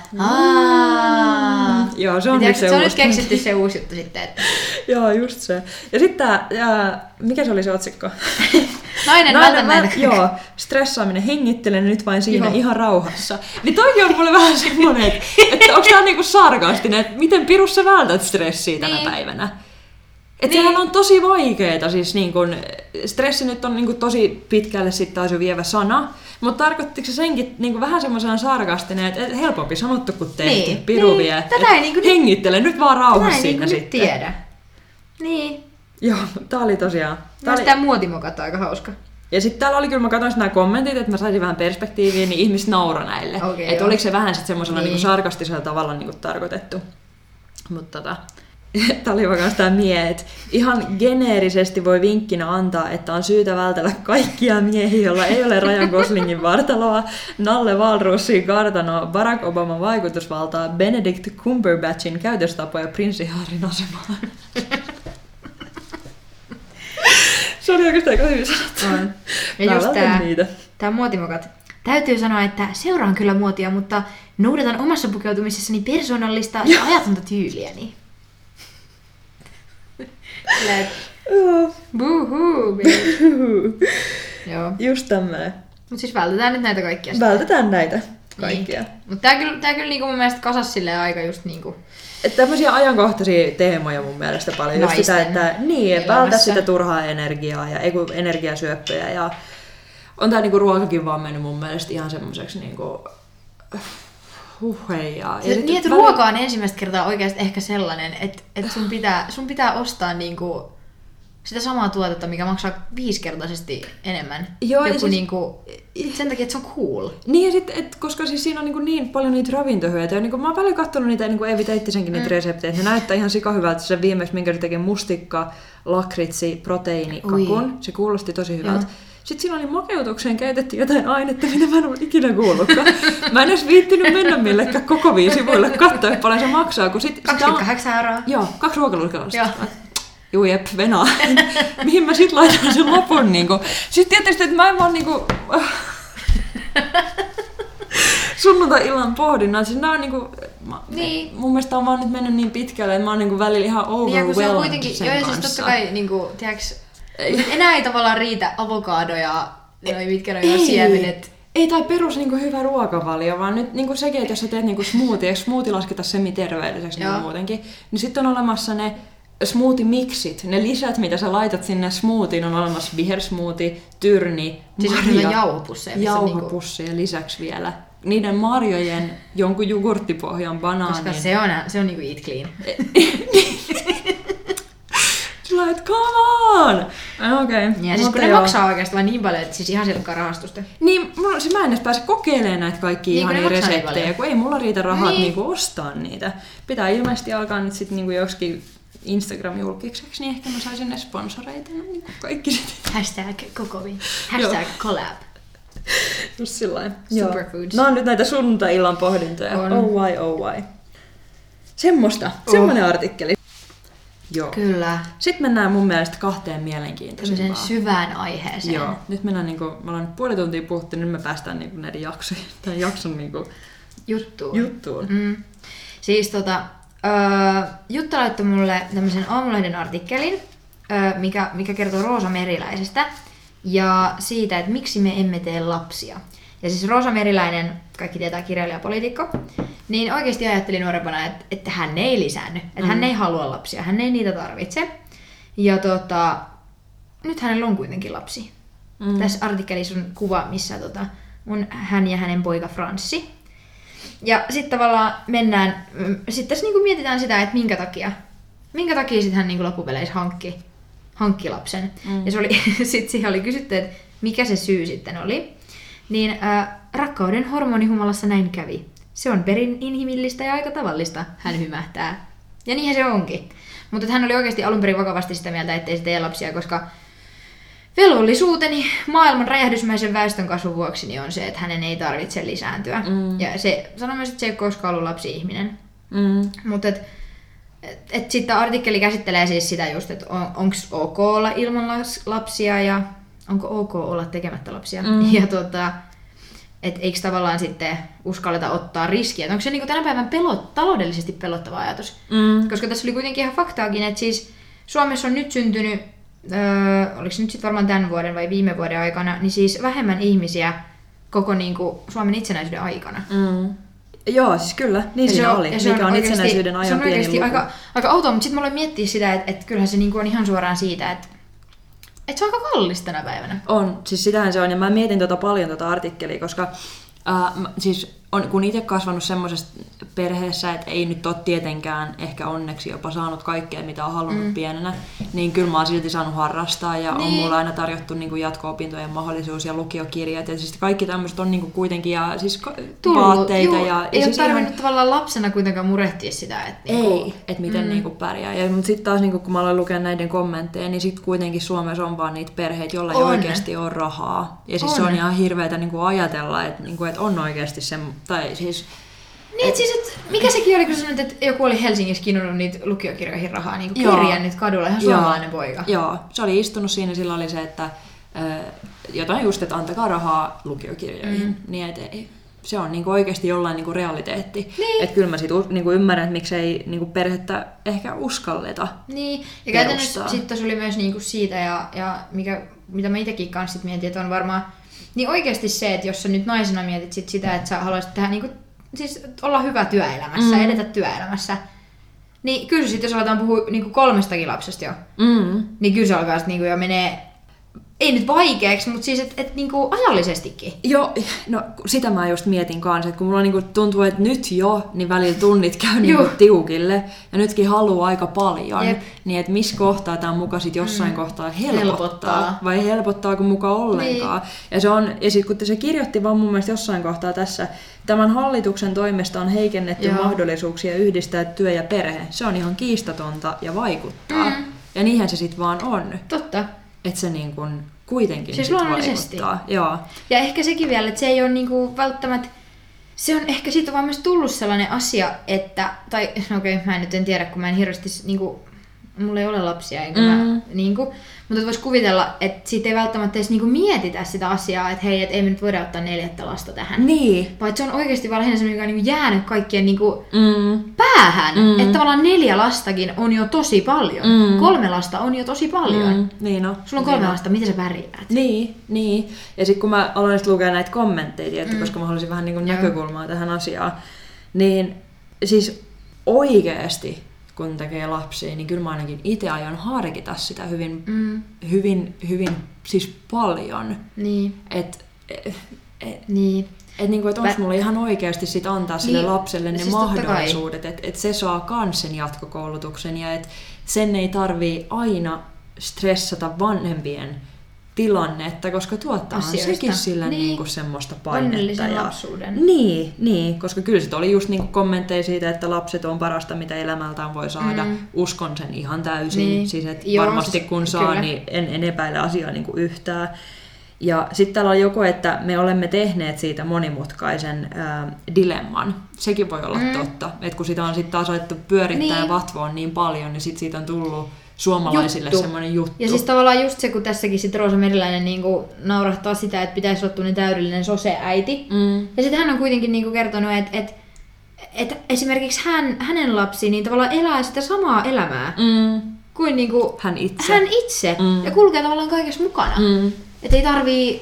Mm. Joo, se on, tiedätkö, se, se on nyt keksitty se uusi juttu sitten. Että... Joo, just se. Ja sitten tää, mikä se oli se otsikko? Nainen, Nainen vältä näitä. Joo, stressaaminen, hengittelen nyt vain siinä Joo. ihan rauhassa. Niin toikin on mulle vähän semmonen, että, että onko tää niinku sarkastinen, että miten pirus sä vältät stressiä tänä niin. päivänä. Että niin. Sehän on tosi vaikeeta, siis niin kun, stressi nyt on niin kun tosi pitkälle sitten taas jo vievä sana, mutta tarkoittiko se senkin niin kun vähän semmoisena sarkastinen, että helpompi sanottu kuin tehty, niin. piru niin. vie. Tätä ei niin kun... Hengittele nyt vaan rauhassa siinä niin sitten. Tiedä. Niin. Joo, tää oli tosiaan. Tää oli... Tämä muotimokat on aika hauska. Ja sitten täällä oli kyllä, mä katsoin nämä kommentit, että mä saisin vähän perspektiiviä, niin ihmiset nauro näille. Okay, että oliko se vähän sitten semmoisella niin. niin sarkastisella tavalla niin tarkoitettu. Mutta tota... Tämä oli vaikka tämä mie, että ihan geneerisesti voi vinkkinä antaa, että on syytä vältellä kaikkia miehiä, joilla ei ole Ryan Goslingin vartaloa, Nalle Wahlroosin kartanoa, Barack Obaman vaikutusvaltaa, Benedict Cumberbatchin käytöstapoja prinssi Harryn asemaan. Se oli oikeastaan aika hyvin sanottu. Ja just tämä, tämä muotimokat. Täytyy sanoa, että seuraan kyllä muotia, mutta noudatan omassa pukeutumisessani persoonallista ja ajatonta tyyliäni. Joo. Buhuu, Joo. Just tämmönen. Mut siis vältetään nyt näitä kaikkia. Vältetään näitä kaikkia. Niin. Mut tää kyllä, tää kyllä niinku mun mielestä kasas silleen aika just niinku... Että tämmösiä ajankohtaisia teemoja mun mielestä paljon. Just sitä, että niin, et vältä sitä turhaa energiaa ja ei kun energiasyöppöjä. Ja on tää niinku ruokakin vaan mennyt mun mielestä ihan semmoiseksi niinku... Huhei, ja... Se, ja niin, että väli... ruoka on ensimmäistä kertaa oikeasti ehkä sellainen, että, että sun, pitää, sun pitää ostaa niinku sitä samaa tuotetta, mikä maksaa viisikertaisesti enemmän. Joo, Joku siis... niinku, sen takia, että se on cool. Niin, ja sit, et, koska siis siinä on niinku niin paljon niitä ravintohyötyjä. Niinku, mä oon välillä katsonut niitä, niin kuin Eevi Teittisenkin niitä mm. reseptejä, että ne näyttää ihan sikahyvältä. Se viimeksi, minkä se tekee mustikka, lakritsi, proteiini, kakun. Se kuulosti tosi hyvältä. Joo. Sitten siinä oli makeutukseen käytettiin jotain ainetta, mitä mä en ole ikinä kuullutkaan. Mä en edes viittinyt mennä millekään koko viin sivuille katsoa, että paljon se maksaa. kaksikymmentäkahdeksan euroa. Joo, kaksi ruokalusikallista. Juu, jep, venaa. Mihin mä sit laitan sen lopun? Niinku. Sitten tietysti, että mä en vaan niinku... sunnuntai-illan pohdinnan. Siis nää on niinku... Mä, niin. Mun mielestä on vaan nyt mennyt niin pitkälle, että mä oon niinku välillä ihan overwhelmed niin, kuitenkin, sen joo, kanssa. Joo, siis totta kai niinku, tiiäks... Ei. Enää ei tavallaan riitä avokaado ja noi mitkä noi siemenet. Ei tai perus niinku hyvä ruokavalio, vaan nyt niinku sekin, että jos sä teet niinku smoothie, eikö smoothie lasketa semi-terveelliseksi niinku muutenkin, niin sitten on olemassa ne smoothie-miksit, ne lisät, mitä sä laitat sinne smoothiin, on olemassa vihersmoothie, tyrni, siis marja, jauhopusseja. Jauhopusseja niinku... lisäksi vielä. Niiden marjojen jonkun jogurttipohjan banaanin. Koska se on, se on niinku eat clean. Sillä että come on! Okei. Okay. Ja siis kun ne joo. maksaa oikeastaan niin paljon, että siis ihan silkkaa rahastusta. Niin, mulla, siis mä en edes pääse kokeilemaan näitä kaikkia niin, ihania reseptejä, niin kun ei mulla riitä rahat niin. niinku ostaa niitä. Pitää ilmeisesti alkaa nyt sit niinku joskin Instagram-julkikseksi, niin ehkä mä saisin ne sponsoreita, niin kuin kaikki sitten. Hashtag kokovi. Hashtag collab. Just sillain. Superfoods. Nämä on nyt näitä sunnuntai-illan pohdintoja. On. Oh why, oh why. Semmosta. Oh. Semmoinen artikkeli. Joo. Kyllä. Sitten mennään mun mielestä kahteen mielenkiintoisempaan. Syvään aiheeseen. Joo. Nyt mennään niinku, me ollaan nyt puoli tuntia puhuttu, nyt me päästään niinku näiden jaksojen, tämän jakson niinku juttuun. juttuun. Mm. Siis tota, äh, Jutta laittoi mulle tämmöisen Aamulehden artikkelin, äh, mikä, mikä kertoo Roosa Meriläisestä ja siitä, että miksi me emme tee lapsia. Ja siis Roosa Meriläinen, kaikki tietää kirjailijapoliitikko, niin oikeasti ajatteli nuorempana, että, että hän ei lisäänny, että mm. hän ei halua lapsia, hän ei niitä tarvitse. Ja tota, nyt hänellä on kuitenkin lapsi. Mm. Tässä artikkelissa on kuva, missä tota, on hän ja hänen poika Franssi. Ja sitten tavallaan mennään, sitten tässä niinku mietitään sitä, että minkä takia, minkä takia sit hän niinku loppupeleissä hankki, hankki lapsen. Mm. Ja se oli, sit siihen oli kysytty, että mikä se syy sitten oli. Niin äh, rakkauden hormonihumalassa näin kävi. Se on perin inhimillistä ja aika tavallista, hän hymähtää. Ja niinhän se onkin. Mutta hän oli oikeasti alun perin vakavasti sitä mieltä, ettei se tee lapsia, koska velvollisuuteni maailman räjähdysmäisen väestönkasvun vuoksi niin on se, että hänen ei tarvitse lisääntyä. Mm. Ja se sanoi myös, että se ei koskaan ollut lapsi-ihminen. Mm. Mutta et, et, et sitten artikkeli käsittelee siis sitä just, että on, onko ok olla ilman lapsia ja onko ok olla tekemättä lapsia. Mm. Ja tota, että eikö tavallaan sitten uskalleta ottaa riskiä. Onko se niinku tänä päivän pelot, taloudellisesti pelottava ajatus? Mm. Koska tässä oli kuitenkin ihan faktaakin, että siis Suomessa on nyt syntynyt, öö, oliko se nyt sitten varmaan tämän vuoden vai viime vuoden aikana, niin siis vähemmän ihmisiä koko niinku Suomen itsenäisyyden aikana. Mm. Joo, siis kyllä, niin siinä on, oli, mikä on, on itsenäisyyden ajan pieni luku. Aika, aika outoa, mutta sitten mä aloin miettiä sitä, että, että kyllähän se niinku on ihan suoraan siitä, että Että se on aika kallista tänä päivänä. On, siis sitähän se on, ja mä mietin tota paljon tota artikkelia, koska äh, siis on, kun itse kasvanut semmoisessa perheessä, että ei nyt ole tietenkään ehkä onneksi jopa saanut kaikkea, mitä on halunnut mm. pienenä, niin kyllä mä oon silti saanut harrastaa, ja niin. on mulla aina tarjottu niin kuin jatko-opintojen mahdollisuus ja lukiokirjat, ja siis kaikki tämmöiset on niin kuin kuitenkin, ja siis Tullut, vaatteita. Juu, ja, ei ja ole siis tarvinnut ihan tavallaan lapsena kuitenkaan murehtia sitä, että niinku ei, että miten mm. niinku pärjää. Ja, mutta sitten taas niinku, kun mä aloin lukea näiden kommentteja, niin sitten kuitenkin Suomessa on vaan niitä perheitä, joilla ei on. oikeasti ole rahaa. Ja siis on. se on ihan hirveätä niinku ajatella, että niinku, et on oikeasti se, tai siis Niin, et siis, et, mikä sekin oli, kun sanoit, että joku oli Helsingissä kinnunut niitä lukiokirjoihin rahaa, niin kirjan nyt kadulla, ihan suomalainen poika. Joo, se oli istunut siinä, sillä oli se, että äh, jotain just, että antakaa rahaa lukiokirjoihin. Mm. Niin, et, ei, se on niinku oikeasti jollain niinku realiteetti. Niin. Että kyllä mä sit niinku ymmärrän, että miksei niinku perhettä ehkä uskalleta Niin, ja käytännössä sitten tuossa oli myös niinku siitä, ja, ja mikä, mitä mä itsekin kanssa mietin, että on varmaan niin oikeasti se, että jos sä nyt naisena mietit sit sitä, että sä haluaisit tehdä niinku siis olla hyvä työelämässä, mm. edetä työelämässä, niin kyllä sitten jos aletaan puhua niinku kolmestakin lapsesta jo, mm. niin kyllä se alkaa niinku jo menee, ei nyt vaikeaksi, mutta siis että et niinku ajallisestikin. Joo, no sitä mä just mietin kanssa, että kun mulla niinku tuntuu, että nyt jo, niin välillä tunnit käy niinku tiukille, ja nytkin haluaa aika paljon, Jep. niin että missä kohtaa tämä muka sit jossain mm. kohtaa helpottaa, helpottaa, vai helpottaako muka ollenkaan. Niin. Ja, se on, ja sitten kun se kirjoitti vaan mun mielestä jossain kohtaa tässä, tämän hallituksen toimesta on heikennetty Joo. mahdollisuuksia yhdistää työ ja perhe. Se on ihan kiistatonta ja vaikuttaa. Mm. Ja niinhän se sitten vaan on. Totta. Että se niin kuin kuitenkin siis sit vaikuttaa. Joo. Ja ehkä sekin vielä, että se ei ole niinku välttämättä, se on ehkä siitä vaan myös tullut sellainen asia, että, tai okei, okay, mä en nyt en tiedä, kun mä en hirveästi, niinku, mulla ei ole lapsia, enkä mm. mä, niinku, mutta vois kuvitella, että siitä ei välttämättä edes niinku mietitä sitä asiaa, että hei, et ei me nyt voida ottaa neljättä lasta tähän. Niin. Vaan se on oikeasti vaan lähinnä semmoinen, joka on niinku jäänyt kaikkien niinku mm. päähän. Mm. Että tavallaan neljä lastakin on jo tosi paljon. Mm. Kolme lasta on jo tosi paljon. Mm. Niin no. Sulla on kolme niin lasta, miten sä pärjäät? Niin, niin. Ja sitten kun mä aloin lukea näitä kommentteja, tietty, mm. koska mä halusin vähän niinku näkökulmaa tähän asiaan, niin siis oikeasti kun tekee lapsia, niin kyllä mä ainakin itse aion harkita sitä hyvin, mm. hyvin, hyvin siis paljon. Niin. Et, et, niin. Että niinku, et onko mulla ihan oikeasti sit antaa sille niin, lapselle ne siis mahdollisuudet, että et se saa kans sen jatkokoulutuksen ja että sen ei tarvii aina stressata vanhempien tilannetta, koska tuottaahan Asioista. sekin sillä niin. niinku semmoista painetta. Onnellisen ja... lapsuuden. Niin, niin, koska kyllä sit oli just niinku kommentteja siitä, että lapset on parasta, mitä elämältään voi saada. Mm. Uskon sen ihan täysin. Niin. Siis, et Joo, varmasti siis, kun saa, kyllä. niin en, en epäile asiaa niinku yhtään. Ja sitten täällä on joko, että me olemme tehneet siitä monimutkaisen ää, dilemman. Sekin voi olla mm. totta. Että kun sitä on sitten taas alettu pyörittää niin. ja vatvoa niin paljon, niin sitten siitä on tullut suomalaisille juttu. semmoinen juttu. Ja siis tavallaan just se, kun tässäkin sit Roosa Meriläinen niinku naurahtaa sitä, että pitäisi olla niin täydellinen soseäiti. Mm. Ja sitten hän on kuitenkin niinku kertonut, että et, et esimerkiksi hän, hänen lapsi niin tavallaan elää sitä samaa elämää mm. kuin niinku hän itse. Hän itse mm. ja kulkee tavallaan kaikessa mukana. Mm. Että ei tarvii...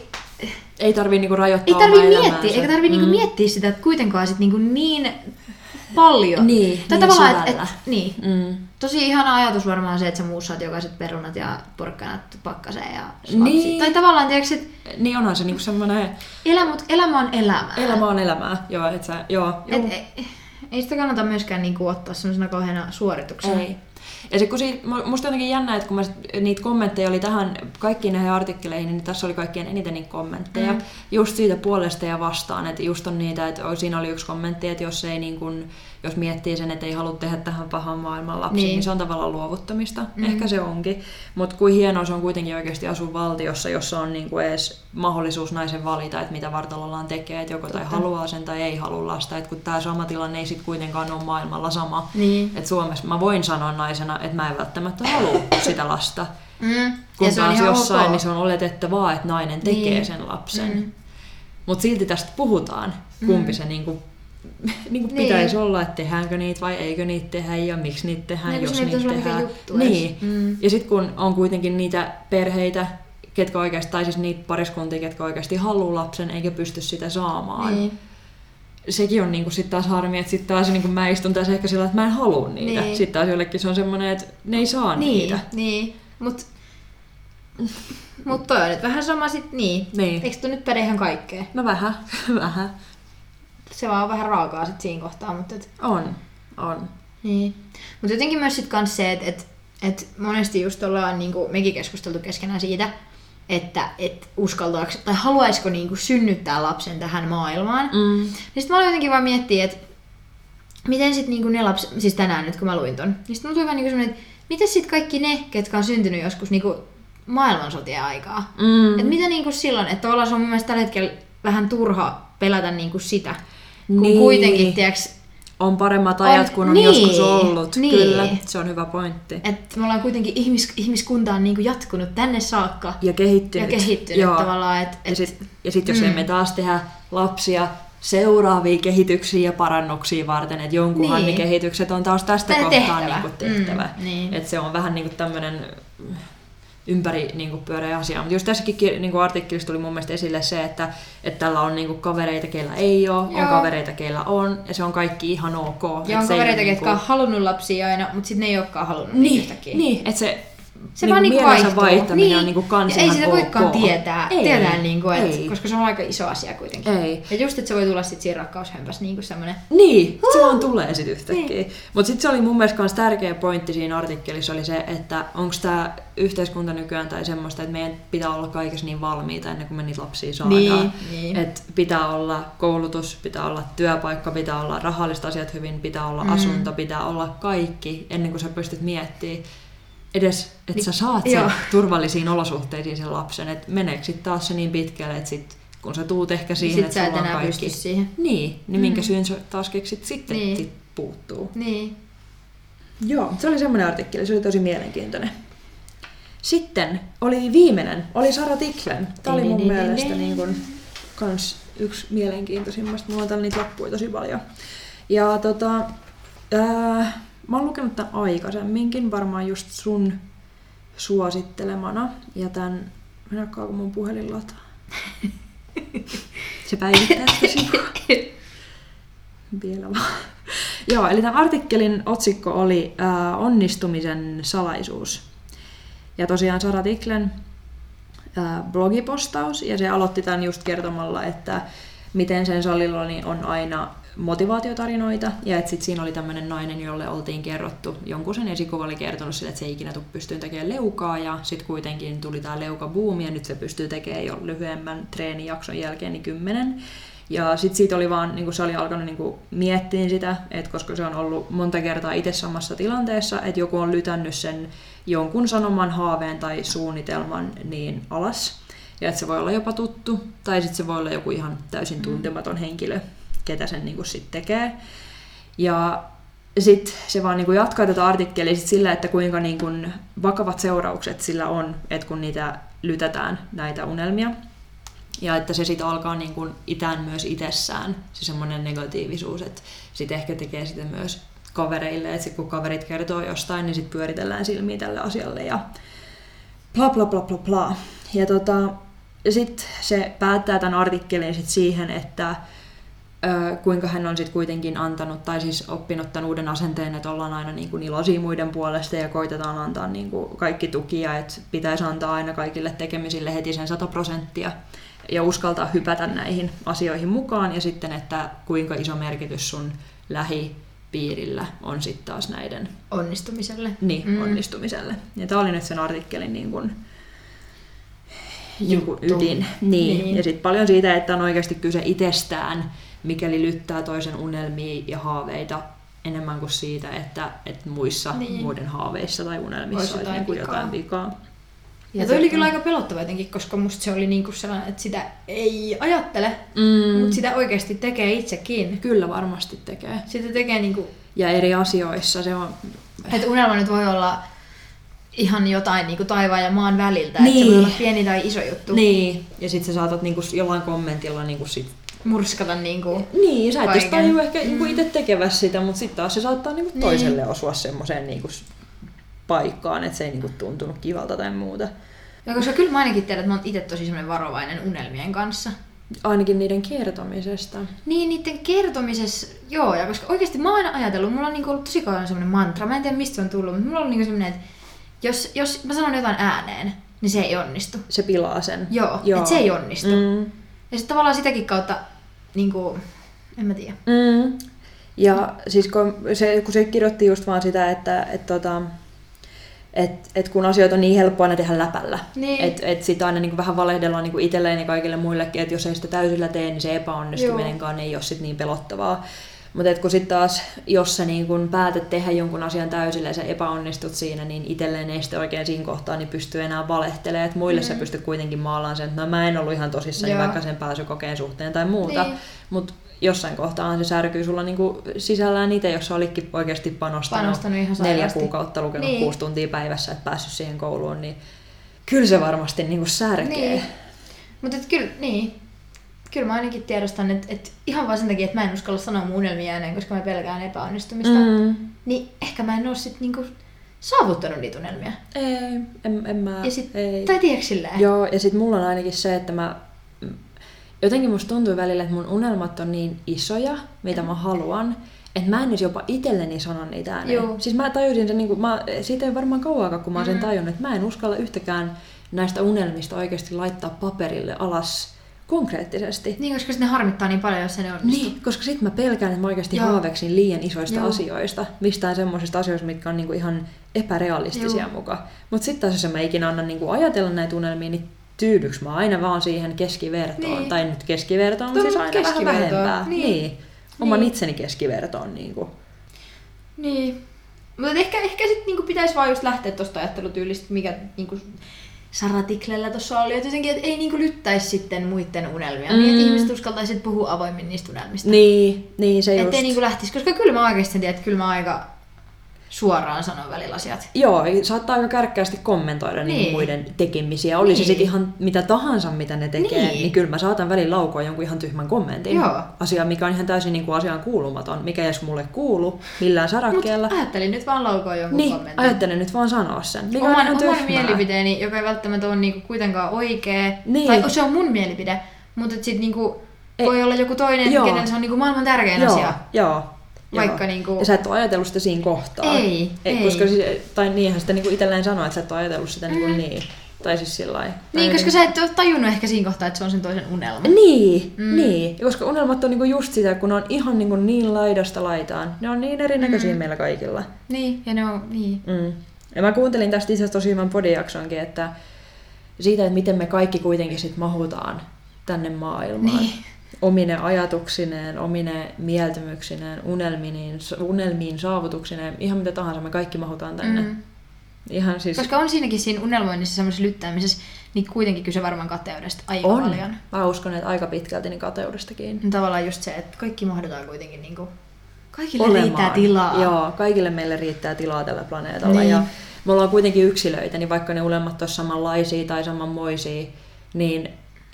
Ei tarvii niinku rajoittaa ei tarvii miettiä, eikä tarvii mm. niinku miettiä sitä, että kuitenkaan sit niinku niin paljon. Niin, tai niin tavallaan, et, et, niin. Mm. Tosi ihana ajatus varmaan se, että sä muussaat jokaiset perunat ja porkkanat pakkaseen ja niin. Tai tavallaan, tiedätkö, että... Niin onhan se niinku semmoinen... Elämä, elämä on elämää. Elämä on elämää, joo. Et sä, joo, joo. Et, ei, ei sitä kannata myöskään niinku ottaa semmoisena kauheana suorituksena. Ei. Ja se, kun siitä, musta jotenkin jännä, että kun mä, niitä kommentteja oli tähän kaikkiin näihin artikkeleihin, niin tässä oli kaikkien eniten niitä kommentteja. Mm. Just siitä puolesta ja vastaan, että just on niitä, että siinä oli yksi kommentti, että jos, ei niin kun, jos miettii sen, että ei halua tehdä tähän pahan maailman lapsiin, niin. niin se on tavallaan luovuttamista. Mm. Ehkä se onkin. Mutta kuin hienoa se on kuitenkin oikeasti asua valtiossa, jossa on niin kuin edes mahdollisuus naisen valita, että mitä vartalollaan tekee, että joko tai haluaa sen tai ei halua lasta. Että kun tämä sama tilanne ei sitten kuitenkaan ole maailmalla sama. Niin. Että Suomessa mä voin sanoa naisena, että mä en välttämättä halua sitä lasta. Mm. Kun ja taas jossain, ok. niin se on oletettavaa, että nainen tekee niin. sen lapsen. Mm. Mutta silti tästä puhutaan, kumpi mm. se niinku, niinku niin. pitäisi olla, että tehdäänkö niitä vai eikö niitä tehdä ja miksi niitä tehdään, niin, jos niitä tehdään. Niin. Mm. Ja sitten kun on kuitenkin niitä perheitä, ketkä oikeasti, tai siis niitä pariskuntia, ketkä oikeasti haluaa lapsen eikä pysty sitä saamaan. Niin. Sekin on niinku sit taas harmi, että sit taas niinku mä istun tässä ehkä sillä, että mä en halua niitä. Niin. Sitten taas jollekin se on semmoinen, että ne ei saa niin, niitä. Niin, mut, mut toi on nyt vähän sama sit niin. niin. Eikö toi nyt päde ihan kaikkeen? No vähän, vähän. Se vaan on vähän raakaa sit siinä kohtaa, mutta et... On, on. Niin. Mut jotenkin myös sit kans se, että et, et monesti just ollaan niinku mekin keskusteltu keskenään siitä, että et uskaltaako tai haluaisiko niinku synnyttää lapsen tähän maailmaan. Mm. Niin sit mä aloin jotenkin vaan miettiä, että miten sit niinku ne lapset, siis tänään nyt kun mä luin ton, niin sit mulla tuli vaan niinku semmonen, että miten sit kaikki ne, ketkä on syntynyt joskus niinku maailmansotien aikaa. Mm. Että mitä niinku silloin, että tavallaan se on mun mielestä tällä hetkellä vähän turha pelätä niinku sitä, kun niin. kuitenkin tiiäks, on paremmat ajat kuin on niin, joskus ollut. Niin. Kyllä, se on hyvä pointti. Et me ollaan kuitenkin, ihmis, ihmiskunta on niinku jatkunut tänne saakka. Ja kehittynyt. Ja kehittynyt Joo. tavallaan. Et, et, ja sitten sit, jos mm. emme taas tehdä lapsia seuraavia kehityksiä ja parannuksia varten, että jonkunhan niin. ne kehitykset on taas tästä Tää kohtaa tehtävä. Niinku tehtävä. Mm, niin. Että se on vähän niinku tämmöinen ympäri niinku pyöreä asia. Mutta just tässäkin niinku artikkelissa tuli mun mielestä esille se, että, että tällä on niinku kavereita, keillä ei ole, Joo. on kavereita, keillä on, ja se on kaikki ihan ok. Ja on kavereita, ketkä niinku... on halunnut lapsia aina, mutta sitten ne ei olekaan halunnut niin, yhtäkkiä. Niin, että se, se niinku niinku mielensä vaihtaminen niin. on niinku kans ei ihan sitä ok. voikaan tietää, ei. tietää niinku, et, ei. koska se on aika iso asia kuitenkin. Ei. Ja just, että se voi tulla sit siinä rakkaushömpässä niinku semmoinen... Niin, se vaan tulee sit yhtäkkiä. Niin. Mutta sitten se oli mun mielestä kans tärkeä pointti siinä artikkelissa oli se, että onko tämä yhteiskunta nykyään tai semmoista, että meidän pitää olla kaikessa niin valmiita ennen kuin me niitä lapsia saadaan. Niin, niin. Että pitää olla koulutus, pitää olla työpaikka, pitää olla rahalliset asiat hyvin, pitää olla mm. asunto, pitää olla kaikki ennen kuin sä pystyt miettimään edes, että niin, sä saat sen joo. turvallisiin olosuhteisiin sen lapsen. Että meneekö sit taas se niin pitkälle, että sit, kun sä tuut ehkä siihen, että sulla on kaikki. Siihen. Niin, niin mm. minkä syyn sä taas keksit sitten, niin. sit puuttuu. Niin. Joo, se oli semmoinen artikkeli, se oli tosi mielenkiintoinen. Sitten oli viimeinen, oli Sara Tiklen. Tämä oli mun mielestä niin kun, kans yksi mielenkiintoisimmasta. Mulla on täällä niitä lappuja tosi paljon. Ja tota, ää, mä oon lukenut tämän aikaisemminkin, varmaan just sun suosittelemana. Ja tän, mennäkään mun puhelin lataa. Se päivittää sitä sivua. Vielä vaan. Joo, eli tämän artikkelin otsikko oli ää, onnistumisen salaisuus. Ja tosiaan Sara Tiklen ää, blogipostaus, ja se aloitti tämän just kertomalla, että miten sen salilla niin on aina motivaatiotarinoita, ja että sit siinä oli tämmöinen nainen, jolle oltiin kerrottu, jonkun sen esikuva oli kertonut sille, että se ei ikinä tule pystyyn tekemään leukaa, ja sitten kuitenkin tuli tää leukabuumi, ja nyt se pystyy tekemään jo lyhyemmän treenijakson jälkeen niin kymmenen. Ja sitten siitä oli vaan, niin se oli alkanut niin miettiä sitä, että koska se on ollut monta kertaa itse samassa tilanteessa, että joku on lytännyt sen jonkun sanoman, haaveen tai suunnitelman niin alas, ja että se voi olla jopa tuttu, tai sitten se voi olla joku ihan täysin tuntematon henkilö, ketä sen niin sitten tekee. Ja sitten se vaan niin jatkaa tätä artikkelia sit sillä, että kuinka niin vakavat seuraukset sillä on, että kun niitä lytätään näitä unelmia. Ja että se sitten alkaa niin kuin itään myös itsessään, se semmoinen negatiivisuus, että sitten ehkä tekee sitä myös kavereille, että sit kun kaverit kertoo jostain, niin sitten pyöritellään silmiä tälle asialle ja bla bla bla bla bla. Ja tota, sitten se päättää tämän artikkelin sit siihen, että ö, kuinka hän on sitten kuitenkin antanut, tai siis oppinut tämän uuden asenteen, että ollaan aina niin kuin iloisia muiden puolesta ja koitetaan antaa niin kuin kaikki tukia, että pitäisi antaa aina kaikille tekemisille heti sen sata prosenttia. Ja uskaltaa hypätä näihin asioihin mukaan, ja sitten, että kuinka iso merkitys sun lähipiirillä on sitten taas näiden onnistumiselle. Niin, mm. onnistumiselle. Ja tämä oli nyt sen artikkelin niin kuin, niin kuin ydin. Niin. Niin. Ja sitten paljon siitä, että on oikeasti kyse itsestään, mikäli lyttää toisen unelmia ja haaveita, enemmän kuin siitä, että, että muissa niin. muiden haaveissa tai unelmissa olisi jotain, jotain vikaa. Ja toi oli kyllä aika pelottava jotenkin, koska musta se oli niinku sellainen, että sitä ei ajattele, mm. mutta sitä oikeasti tekee itsekin. Kyllä varmasti tekee. Sitä tekee niinku... Ja eri asioissa se on... Että unelma nyt voi olla ihan jotain niinku taivaan ja maan väliltä, niin. Että se voi olla pieni tai iso juttu. Niin, ja sit sä saatat niinku jollain kommentilla niinku sit... murskata niinku Niin, sä et edes tajuu ehkä mm. niinku itse tekevässä sitä, mutta sit taas se saattaa niinku toiselle niin. osua semmoseen niinku paikkaan, että se ei niinku tuntunut kivalta tai muuta. Ja koska kyllä mä ainakin tiedän, että mä oon itse tosi semmoinen varovainen unelmien kanssa. Ainakin niiden kertomisesta. Niin, niiden kertomisessa, joo. Ja koska oikeasti mä oon aina ajatellut, mulla on niinku ollut tosi kauan semmoinen mantra, mä en tiedä mistä se on tullut, mutta mulla on ollut niinku semmoinen, että jos, jos mä sanon jotain ääneen, niin se ei onnistu. Se pilaa sen. Joo, joo. Että se ei onnistu. Mm. Ja sitten tavallaan sitäkin kautta, niinku, en mä tiedä. Mm. Ja siis kun se, kun se kirjoitti just vaan sitä, että et, tota, et, et kun asioita on niin helppoa aina tehdä läpällä, niin. että et sitä aina niin vähän valehdellaan niin itselleen ja kaikille muillekin, että jos ei sitä täysillä tee, niin se epäonnistuminenkaan ei ole sit niin pelottavaa. Mutta kun sitten taas, jos sä niin kun päätät tehdä jonkun asian täysillä ja sä epäonnistut siinä, niin itselleen ei sitten oikein siinä kohtaa niin pysty enää valehtelemaan. Et muille mm. sä pystyt kuitenkin maalaan sen, että no mä en ollut ihan tosissani vaikka sen pääsykokeen suhteen tai muuta. Niin. Mut jossain kohtaa se särkyy sulla niinku sisällään itse, jos sä olitkin oikeasti panostanut, panostanut neljä kuukautta, lukenut niin. kuusi tuntia päivässä, että päässyt siihen kouluun, niin kyllä se varmasti niinku särkee. Niin. Mutta kyllä, niin. Kyllä mä ainakin tiedostan, että, että ihan vaan sen takia, että mä en uskalla sanoa mun unelmia ääneen, koska mä pelkään epäonnistumista, mm. niin ehkä mä en oo sit niinku saavuttanut niitä unelmia. Ei, en, en mä. Ja sit, ei. Tai tiedätkö silleen? Joo, ja sit mulla on ainakin se, että mä jotenkin musta tuntuu välillä, että mun unelmat on niin isoja, mitä mä haluan, että mä en edes jopa itselleni sano niitä ääneen. Joo. Siis mä tajusin sen, niin kuin, mä, siitä ei varmaan kauaakaan, kun mä oon sen tajunnut, että mä en uskalla yhtäkään näistä unelmista oikeasti laittaa paperille alas konkreettisesti. Niin, koska sitten ne harmittaa niin paljon, jos se ne onnistuu. Niin, koska sit mä pelkään, että mä oikeasti Joo. haaveksin liian isoista Joo. asioista, mistään semmoisista asioista, mitkä on niinku ihan epärealistisia mukaan. Mutta sitten taas, jos mä ikinä annan niinku ajatella näitä unelmia, niin tyydyks mä aina vaan siihen keskivertoon. Niin. Tai nyt keskivertoon, mutta siis aina vähän vähempää. Niin. niin. Oman niin. itseni keskivertoon. Niinku. Niin. Mutta ehkä, ehkä sitten niinku pitäisi vaan just lähteä tuosta ajattelutyylistä, mikä niinku Sara Tiklellä tuossa oli, että jotenkin, että ei niinku lyttäisi sitten muiden unelmia, mm. niin että ihmiset uskaltaisi puhua avoimin niistä unelmista. Niin, niin se just. Että ei niinku lähtisi, koska kyllä mä oikeasti tiedän, että kyllä mä aika suoraan sanon välillä asiat. Joo, saattaa aika kärkkäästi kommentoida niin. Niin muiden tekemisiä. Oli niin. se sitten ihan mitä tahansa, mitä ne tekee, niin, niin kyllä mä saatan välillä laukoa jonkun ihan tyhmän kommentin. Joo. Asia, mikä on ihan täysin niin kuin asiaan kuulumaton, mikä ei edes mulle kuulu millään sarakkeella. Mut ajattelin nyt vaan laukoa jonkun niin, kommentin. Ajattelin nyt vaan sanoa sen. Mikä oman, on oman mielipiteeni, joka ei välttämättä ole niinku kuitenkaan oikea. Niin. Tai se on mun mielipide, mutta sitten niinku voi olla joku toinen, Joo. kenellä se on niinku maailman tärkein Joo. asia. Joo. Vaikka niinku... Ja sä et ole ajatellut sitä siinä kohtaa. Ei, ei. Koska siis, tai niinhän sitä niinku itselleen sanoo, että sä et ole ajatellut sitä mm. niinku niin. Tai siis sillain. Niin, koska sä et ole tajunnut ehkä siinä kohtaa, että se on sen toisen unelma. Niin, Mm. niin. Koska unelmat on niinku just sitä, kun ne on ihan niinku niin laidasta laitaan. Ne on niin erinäköisiä Mm. meillä kaikilla. Niin, ja ne on, niin. Mm. Ja mä kuuntelin tästä itse asiassa tosi hyvän podijaksonkin, että siitä, että miten me kaikki kuitenkin sit mahutaan tänne maailmaan. Niin. Omine ajatuksineen, omine mieltymyksineen, unelmiin, unelmiin, saavutuksineen, ihan mitä tahansa, me kaikki mahutaan tänne. Mm. Ihan siis... Koska on siinäkin siinä unelmoinnissa semmoisessa lyttäämisessä, niin kuitenkin kyse varmaan kateudesta aika on. paljon. Mä uskon, että aika pitkälti niin kateudestakin. No, tavallaan just se, että kaikki mahdotaan kuitenkin niinku... Kaikille Olemaan. riittää tilaa. Joo, kaikille meille riittää tilaa tällä planeetalla. Niin. Ja me ollaan kuitenkin yksilöitä, niin vaikka ne unelmat olisi samanlaisia tai samanmoisia, niin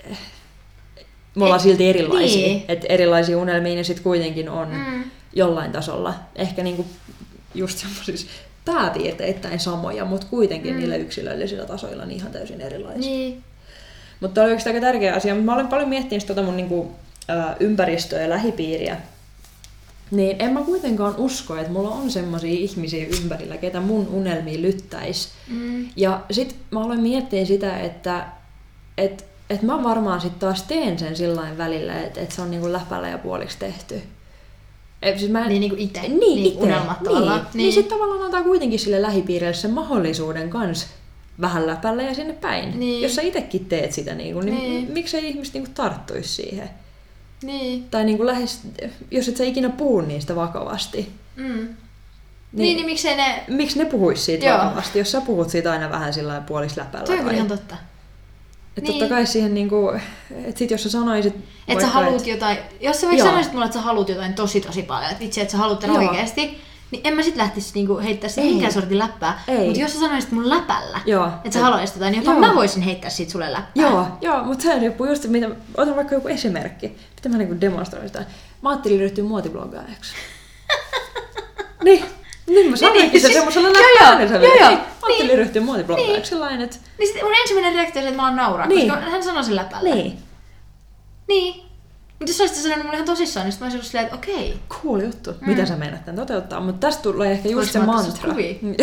me ollaan silti erilaisia. Niin. Että erilaisia unelmia ne sitten kuitenkin on Mm. jollain tasolla. Ehkä niinku just semmoisissa pääpiirteittäin samoja, mutta kuitenkin Mm. niillä yksilöllisillä tasoilla niin ihan täysin erilaisia. Niin. Mutta tämä oli oikeastaan aika tärkeä asia. Mä olen paljon miettinyt tota mun niinku, ä, ympäristöä ja lähipiiriä. Niin en mä kuitenkaan usko, että mulla on semmosia ihmisiä ympärillä, ketä mun unelmiin lyttäis. Mm. Ja sit mä aloin miettiä sitä, että et, et mä varmaan sit taas teen sen sillain välillä, että et se on niinku läpällä ja puoliksi tehty. Et siis mä en, Niin niinku ite. Niin, Niin, ite. unelmat niin. tavallaan. Niin. Niin. niin sit tavallaan antaa kuitenkin sille lähipiirille sen mahdollisuuden kans vähän läpällä ja sinne päin. Niin. Jos sä itekin teet sitä, niinku, niin, Niin. niin. miksei ihmiset niinku tarttuisi siihen? Niin. Tai niinku lähes, jos et sä ikinä puhu niistä vakavasti. Mm. Niin, Niin, niin miksei ne... miksi ne puhuis siitä Joo. vakavasti, jos sä puhut siitä aina vähän sillä puoliksi läpällä? Toi on tai- kyllä ihan totta. Et Niin. totta kai siihen niinku, et sit jos sä sanoisit... Että sä vaikka, haluut et- jotain, jos sä vaikka Joo. sanoisit mulle, että sä haluut jotain tosi tosi paljon, että vitsi, että sä haluut tän Joo. oikeesti, niin en mä sit lähtisi niinku heittää sitä Ei. minkään sortin läppää. Ei. Mutta jos sä sanoisit mun läpällä, Joo. että sä haluaisit jotain, niin jopa Joo. mä voisin heittää siitä sulle läppää. Joo, joo, mutta se riippuu just, mitä, otan vaikka joku esimerkki, miten mä niinku demonstroin sitä. Mä ajattelin ryhtyä muotiblogaajaksi. niin, niin mä sanoinkin niin, se siis- semmoisella joo, läppäällä. joo, joo, joo, Mä ajattelin niin. ryhtyä muotiblogaajaksi sellainen, että... Niin sit mun ensimmäinen reaktio on se, että mä alan nauraa, Niin. koska hän sanoi sen läpällä. Niin, Niin. Mutta jos sä olisit sanonut mulle ihan tosissaan, niin sit mä olisin ollut silleen, että okei. cool juttu. Mm. Mitä sä meinaat tän toteuttaa? Mutta tästä tulee ehkä just Voiks se mä ottaa susta mantra. kuvia?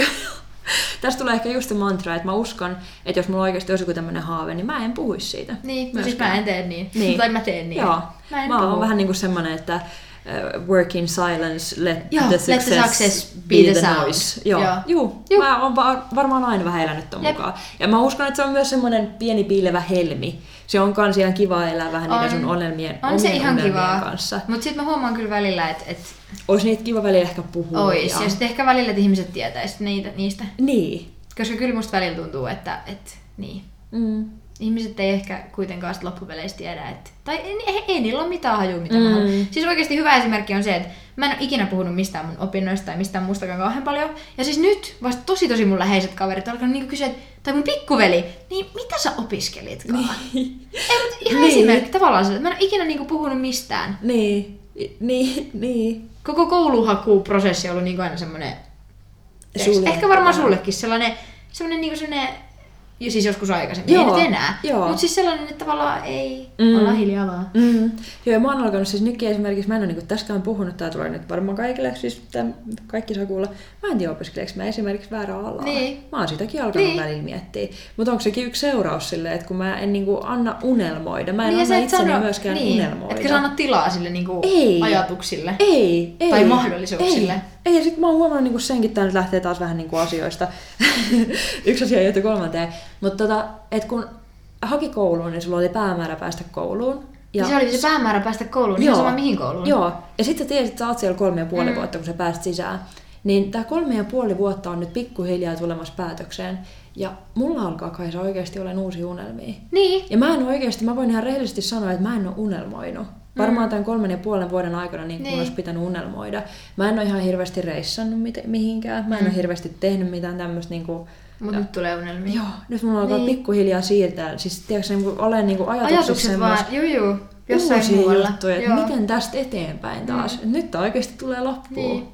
Tästä tulee ehkä just se mantra, että mä uskon, että jos mulla oikeasti olisi joku tämmönen haave, niin mä en puhuisi siitä. Niin, no siis Myöskään. mä en tee niin. Niin. Tai mä teen niin. Joo. Mä en Mä oon puhu. vähän niinku semmonen, että uh, work in silence, let, Joo, the, let the success success be the sound. noise. Joo. Joo. Juu. Juu. Mä oon va- varmaan aina vähän elänyt ton Jep. mukaan. Ja mä uskon, että se on myös semmonen pieni piilevä helmi. Se on kans ihan kiva elää vähän niiden On. sun unelmien, On se omien ihan unelmien kivaa. kanssa. Mut sit mä huomaan kyllä välillä, että et Ois niitä kiva välillä ehkä puhua. ois. ja- Ja sit ehkä välillä, että ihmiset tietäis niitä, niistä. Niin. Koska kyllä musta välillä tuntuu, että et, niin. Mm. Ihmiset ei ehkä kuitenkaan sit loppupeleissä tiedä, että... Tai ei, ei, ei niillä ole mitään hajua, mitä Mm. mä haluan. Siis oikeasti hyvä esimerkki on se, että mä en ole ikinä puhunut mistään mun opinnoista tai mistään muustakaan kauhean paljon. Ja siis nyt vasta tosi tosi mun läheiset kaverit on alkanut niinku kysyä, että- tai mun pikkuveli, niin mitä sä opiskelitkaan? Niin. Ei, mutta ihan Niin. esimerkki tavallaan se, että mä en ole ikinä niinku puhunut mistään. Niin. Niin. Niin. Koko kouluhakuprosessi on ollut niinku aina semmoinen, Suljettu ehkä varmaan vähän. sullekin sellainen, sellainen niinku sellainen, jo siis joskus aikaisemmin, Joo, ei nyt enää. joo. Mutta siis sellainen, että tavallaan ei Mm. olla hiljaa. Mm. Joo, ja mä oon alkanut siis nytkin esimerkiksi, mä en ole niinku tästäkään puhunut, tää tulee nyt varmaan kaikille, siis tämän kaikki saa kuulla. Mä en tiedä opiskeleeko mä esimerkiksi väärää alaa. Niin. Mä oon sitäkin alkanut Niin. välillä miettiä. Mutta onko sekin yksi seuraus silleen, että kun mä en niinku anna unelmoida, mä en Niin, ja anna sä et itseni sano- myöskään niin, unelmoida. Etkö sä anna tilaa sille niinku Ei. ajatuksille? Ei, ei. Tai mahdollisuuksille. Ei, ei ja sit mä oon huomannut niinku senkin, tää nyt lähtee taas vähän niinku asioista. Yksi asia johtuu kolmanteen. Mutta tota, et kun haki kouluun, niin sulla oli päämäärä päästä kouluun. Ja se oli se päämäärä päästä kouluun, niin Joo. sama mihin kouluun. Joo, ja sitten sä tiesit, että sä oot siellä kolme ja puoli Mm. vuotta, kun sä pääst sisään. Niin tää kolme ja puoli vuotta on nyt pikkuhiljaa tulemassa päätökseen. Ja mulla alkaa kai se oikeasti olemaan uusia unelmia. Niin. Ja mä en oikeasti, mä voin ihan rehellisesti sanoa, että mä en ole unelmoinut. Varmaan tämän kolmen ja puolen vuoden aikana niin kun Niin. olisi pitänyt unelmoida. Mä en ole ihan hirveästi reissannut mit- mihinkään. Mä en Mm. ole hirveästi tehnyt mitään tämmöistä niinku... Mut nyt tulee unelmia. Joo, nyt mulla alkaa Niin. pikkuhiljaa siirtää. Siis tiedätkö, niin olen niinku ajatuksessa Ajatukset vaan, semmos- juu juu, jossain uusia muualla. juttuja, että Joo. miten tästä eteenpäin taas. Mm. Nyt tää oikeasti tulee loppuun. Niin.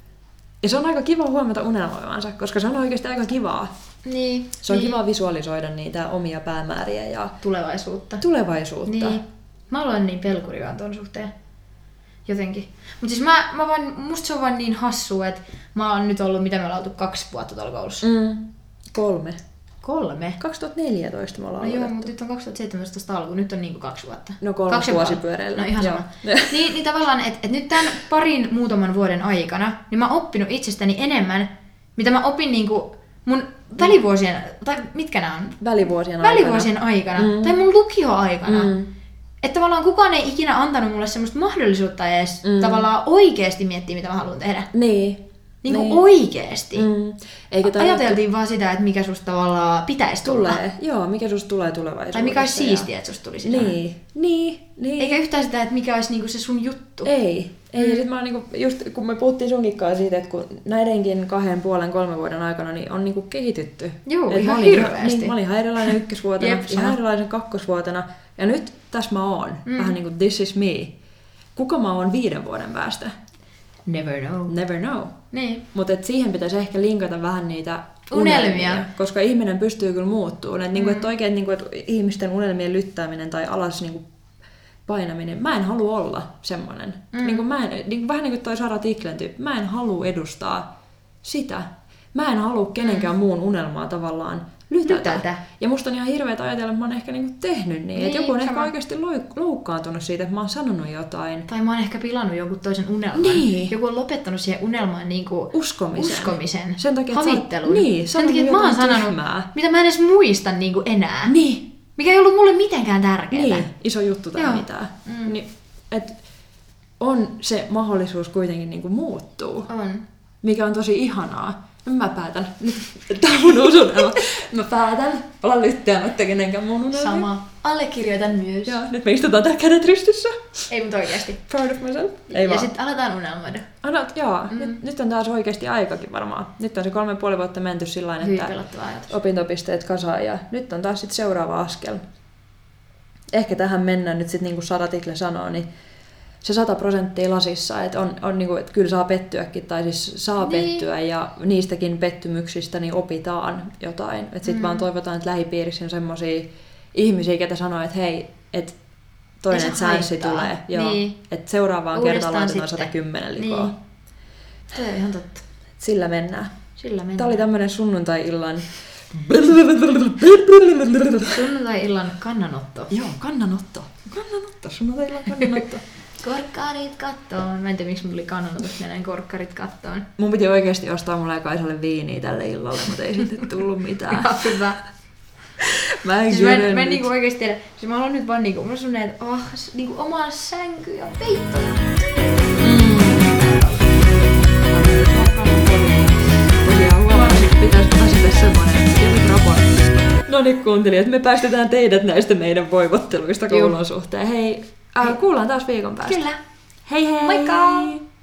Ja se on aika kiva huomata unelmoivansa, koska se on oikeasti aika kivaa. Niin. Se on niin. kiva visualisoida niitä omia päämääriä ja Tulevaisuutta. tulevaisuutta. Niin. Mä olen niin pelkuri vaan ton suhteen. Jotenkin. Mut siis mä, mä vaan, musta se on vaan niin hassua, että mä oon nyt ollut, mitä me ollaan oltu kaksi vuotta tuolla koulussa. Mm. Kolme. Kolme? kaksituhattaneljätoista me ollaan No joo, aloitettu. mutta nyt on kaksituhattaseitsemäntoista alku, nyt on niinku kaksi vuotta. No kolme kaksi vuosipyöreillä. No ihan sama. niin, niin tavallaan, että et nyt tämän parin muutaman vuoden aikana, niin mä oon oppinut itsestäni enemmän, mitä mä opin niinku mun välivuosien, tai mitkä nämä on? Välivuosien aikana. Välivuosien aikana, mm. tai mun lukioaikana. Mm. Että tavallaan kukaan ei ikinä antanut mulle semmoista mahdollisuutta edes mm. tavallaan oikeesti miettiä, mitä mä haluan tehdä. Niin. Niin kuin niin. oikeesti. Mm. Eikä ajateltiin vaan sitä, että mikä susta tavallaan pitäisi tulla. Tulee. Joo, mikä susta tulee tulevaisuudessa. Tai mikä olisi siistiä, että susta tulisi. Niin. Niin. niin. Eikä yhtään sitä, että mikä olisi niinku se sun juttu. Ei. Ei. Mm. Ja sit mä oon niinku, just kun me puhuttiin sunkikkaan siitä, että kun näidenkin kahden puolen, kolmen vuoden aikana niin on niinku kehitytty. Joo, et ihan mä olin, hirveästi. Niin, mä olin ihan erilainen ykkösvuotena, Jep, ihan erilaisen kakkosvuotena. Ja nyt tässä mä oon. Mm. Vähän niinku this is me. Kuka mä oon viiden vuoden päästä? Never know. Never know. Niin. Mutta siihen pitäisi ehkä linkata vähän niitä unelmia. unelmia, koska ihminen pystyy kyllä muuttumaan. Et mm. niinku, et oikein niinku, et ihmisten unelmien lyttääminen tai alas niinku, painaminen, mä en halua olla semmoinen. Mm. Niinku, mä en, niinku, vähän niin kuin toi Sara Tiklen tyyppi, mä en halua edustaa sitä. Mä en halua kenenkään mm. muun unelmaa tavallaan lytätä. lytätä. Ja musta on ihan hirveet ajatella, että mä oon ehkä niinku tehnyt niin. niin että joku on sama. Ehkä oikeasti loukkaantunut siitä, että mä oon sanonut jotain. Tai mä oon ehkä pilannut jonkun toisen unelman. Niin. Joku on lopettanut siihen unelmaan niinku uskomisen. uskomisen. Sen takia, havittelun. Niin, sen takia, että mä oon sanonut, tyhmää. Mitä mä en edes muista niinku enää. Niin. Mikä ei ollut mulle mitenkään tärkeää. Niin, iso juttu tai Joo. mitään. Mm. Niin, et on se mahdollisuus kuitenkin niinku muuttuu. On. Mikä on tosi ihanaa. Mä päätän. Tää on mun unelma. Mä päätän. Olla lyttäämättä kenenkään mun unelmia. Sama. Allekirjoitan myös. Joo, nyt me istutaan täällä kädet ristissä. Ei mut oikeesti. Proud of myself. Ei ja vaan. sit aletaan unelmoida. Anna, joo, mm. nyt, nyt on taas oikeesti aikakin varmaan. Nyt on se kolme ja puoli vuotta menty sillain, että opintopisteet kasaan ja nyt on taas sit seuraava askel. Ehkä tähän mennään nyt sit niin kuin Sara Tikle sanoo, niin se sata prosenttia lasissa, että on, on niinku, että kyllä saa pettyäkin, tai siis saa niin. pettyä, ja niistäkin pettymyksistä niin opitaan jotain. Että sit mm. vaan toivotaan, että lähipiirissä on semmosia ihmisiä, ketä sanoo, että hei, että toinen chanssi tulee. Niin. Että seuraavaan kertaan laitetaan sata kymmenen likoa. Niin. Se on ihan totta. Sillä mennään. Sillä mennään. Tää oli tämmönen sunnuntai-illan... Sunnuntai-illan kannanotto. Joo, kannanotto. Kannanotto, sunnuntai-illan kannanotto. Korkkarit kattoon. Mä en tiedä, miksi mulla oli kannanotus mennään korkkarit kattoon. Mun piti oikeesti ostaa mulle ja Kaisalle viiniä tälle illalle, mutta ei sitten tullut mitään. Ihan hyvä. Mä en siis mä en, mä en niinku oikeesti tiedä. Siis mä haluan nyt vaan niinku, mulla on semmonen, että oh, niinku omaan sänky ja peitto. Mm. Tosiaan huomasin, että pitäisi aseta semmonen kevyt raportti. No niin kuuntelijat, me päästetään teidät näistä meidän voivotteluista koulun suhteen. Hei, äh, kuullaan taas viikon päästä. Kyllä. Hei hei! Moikka!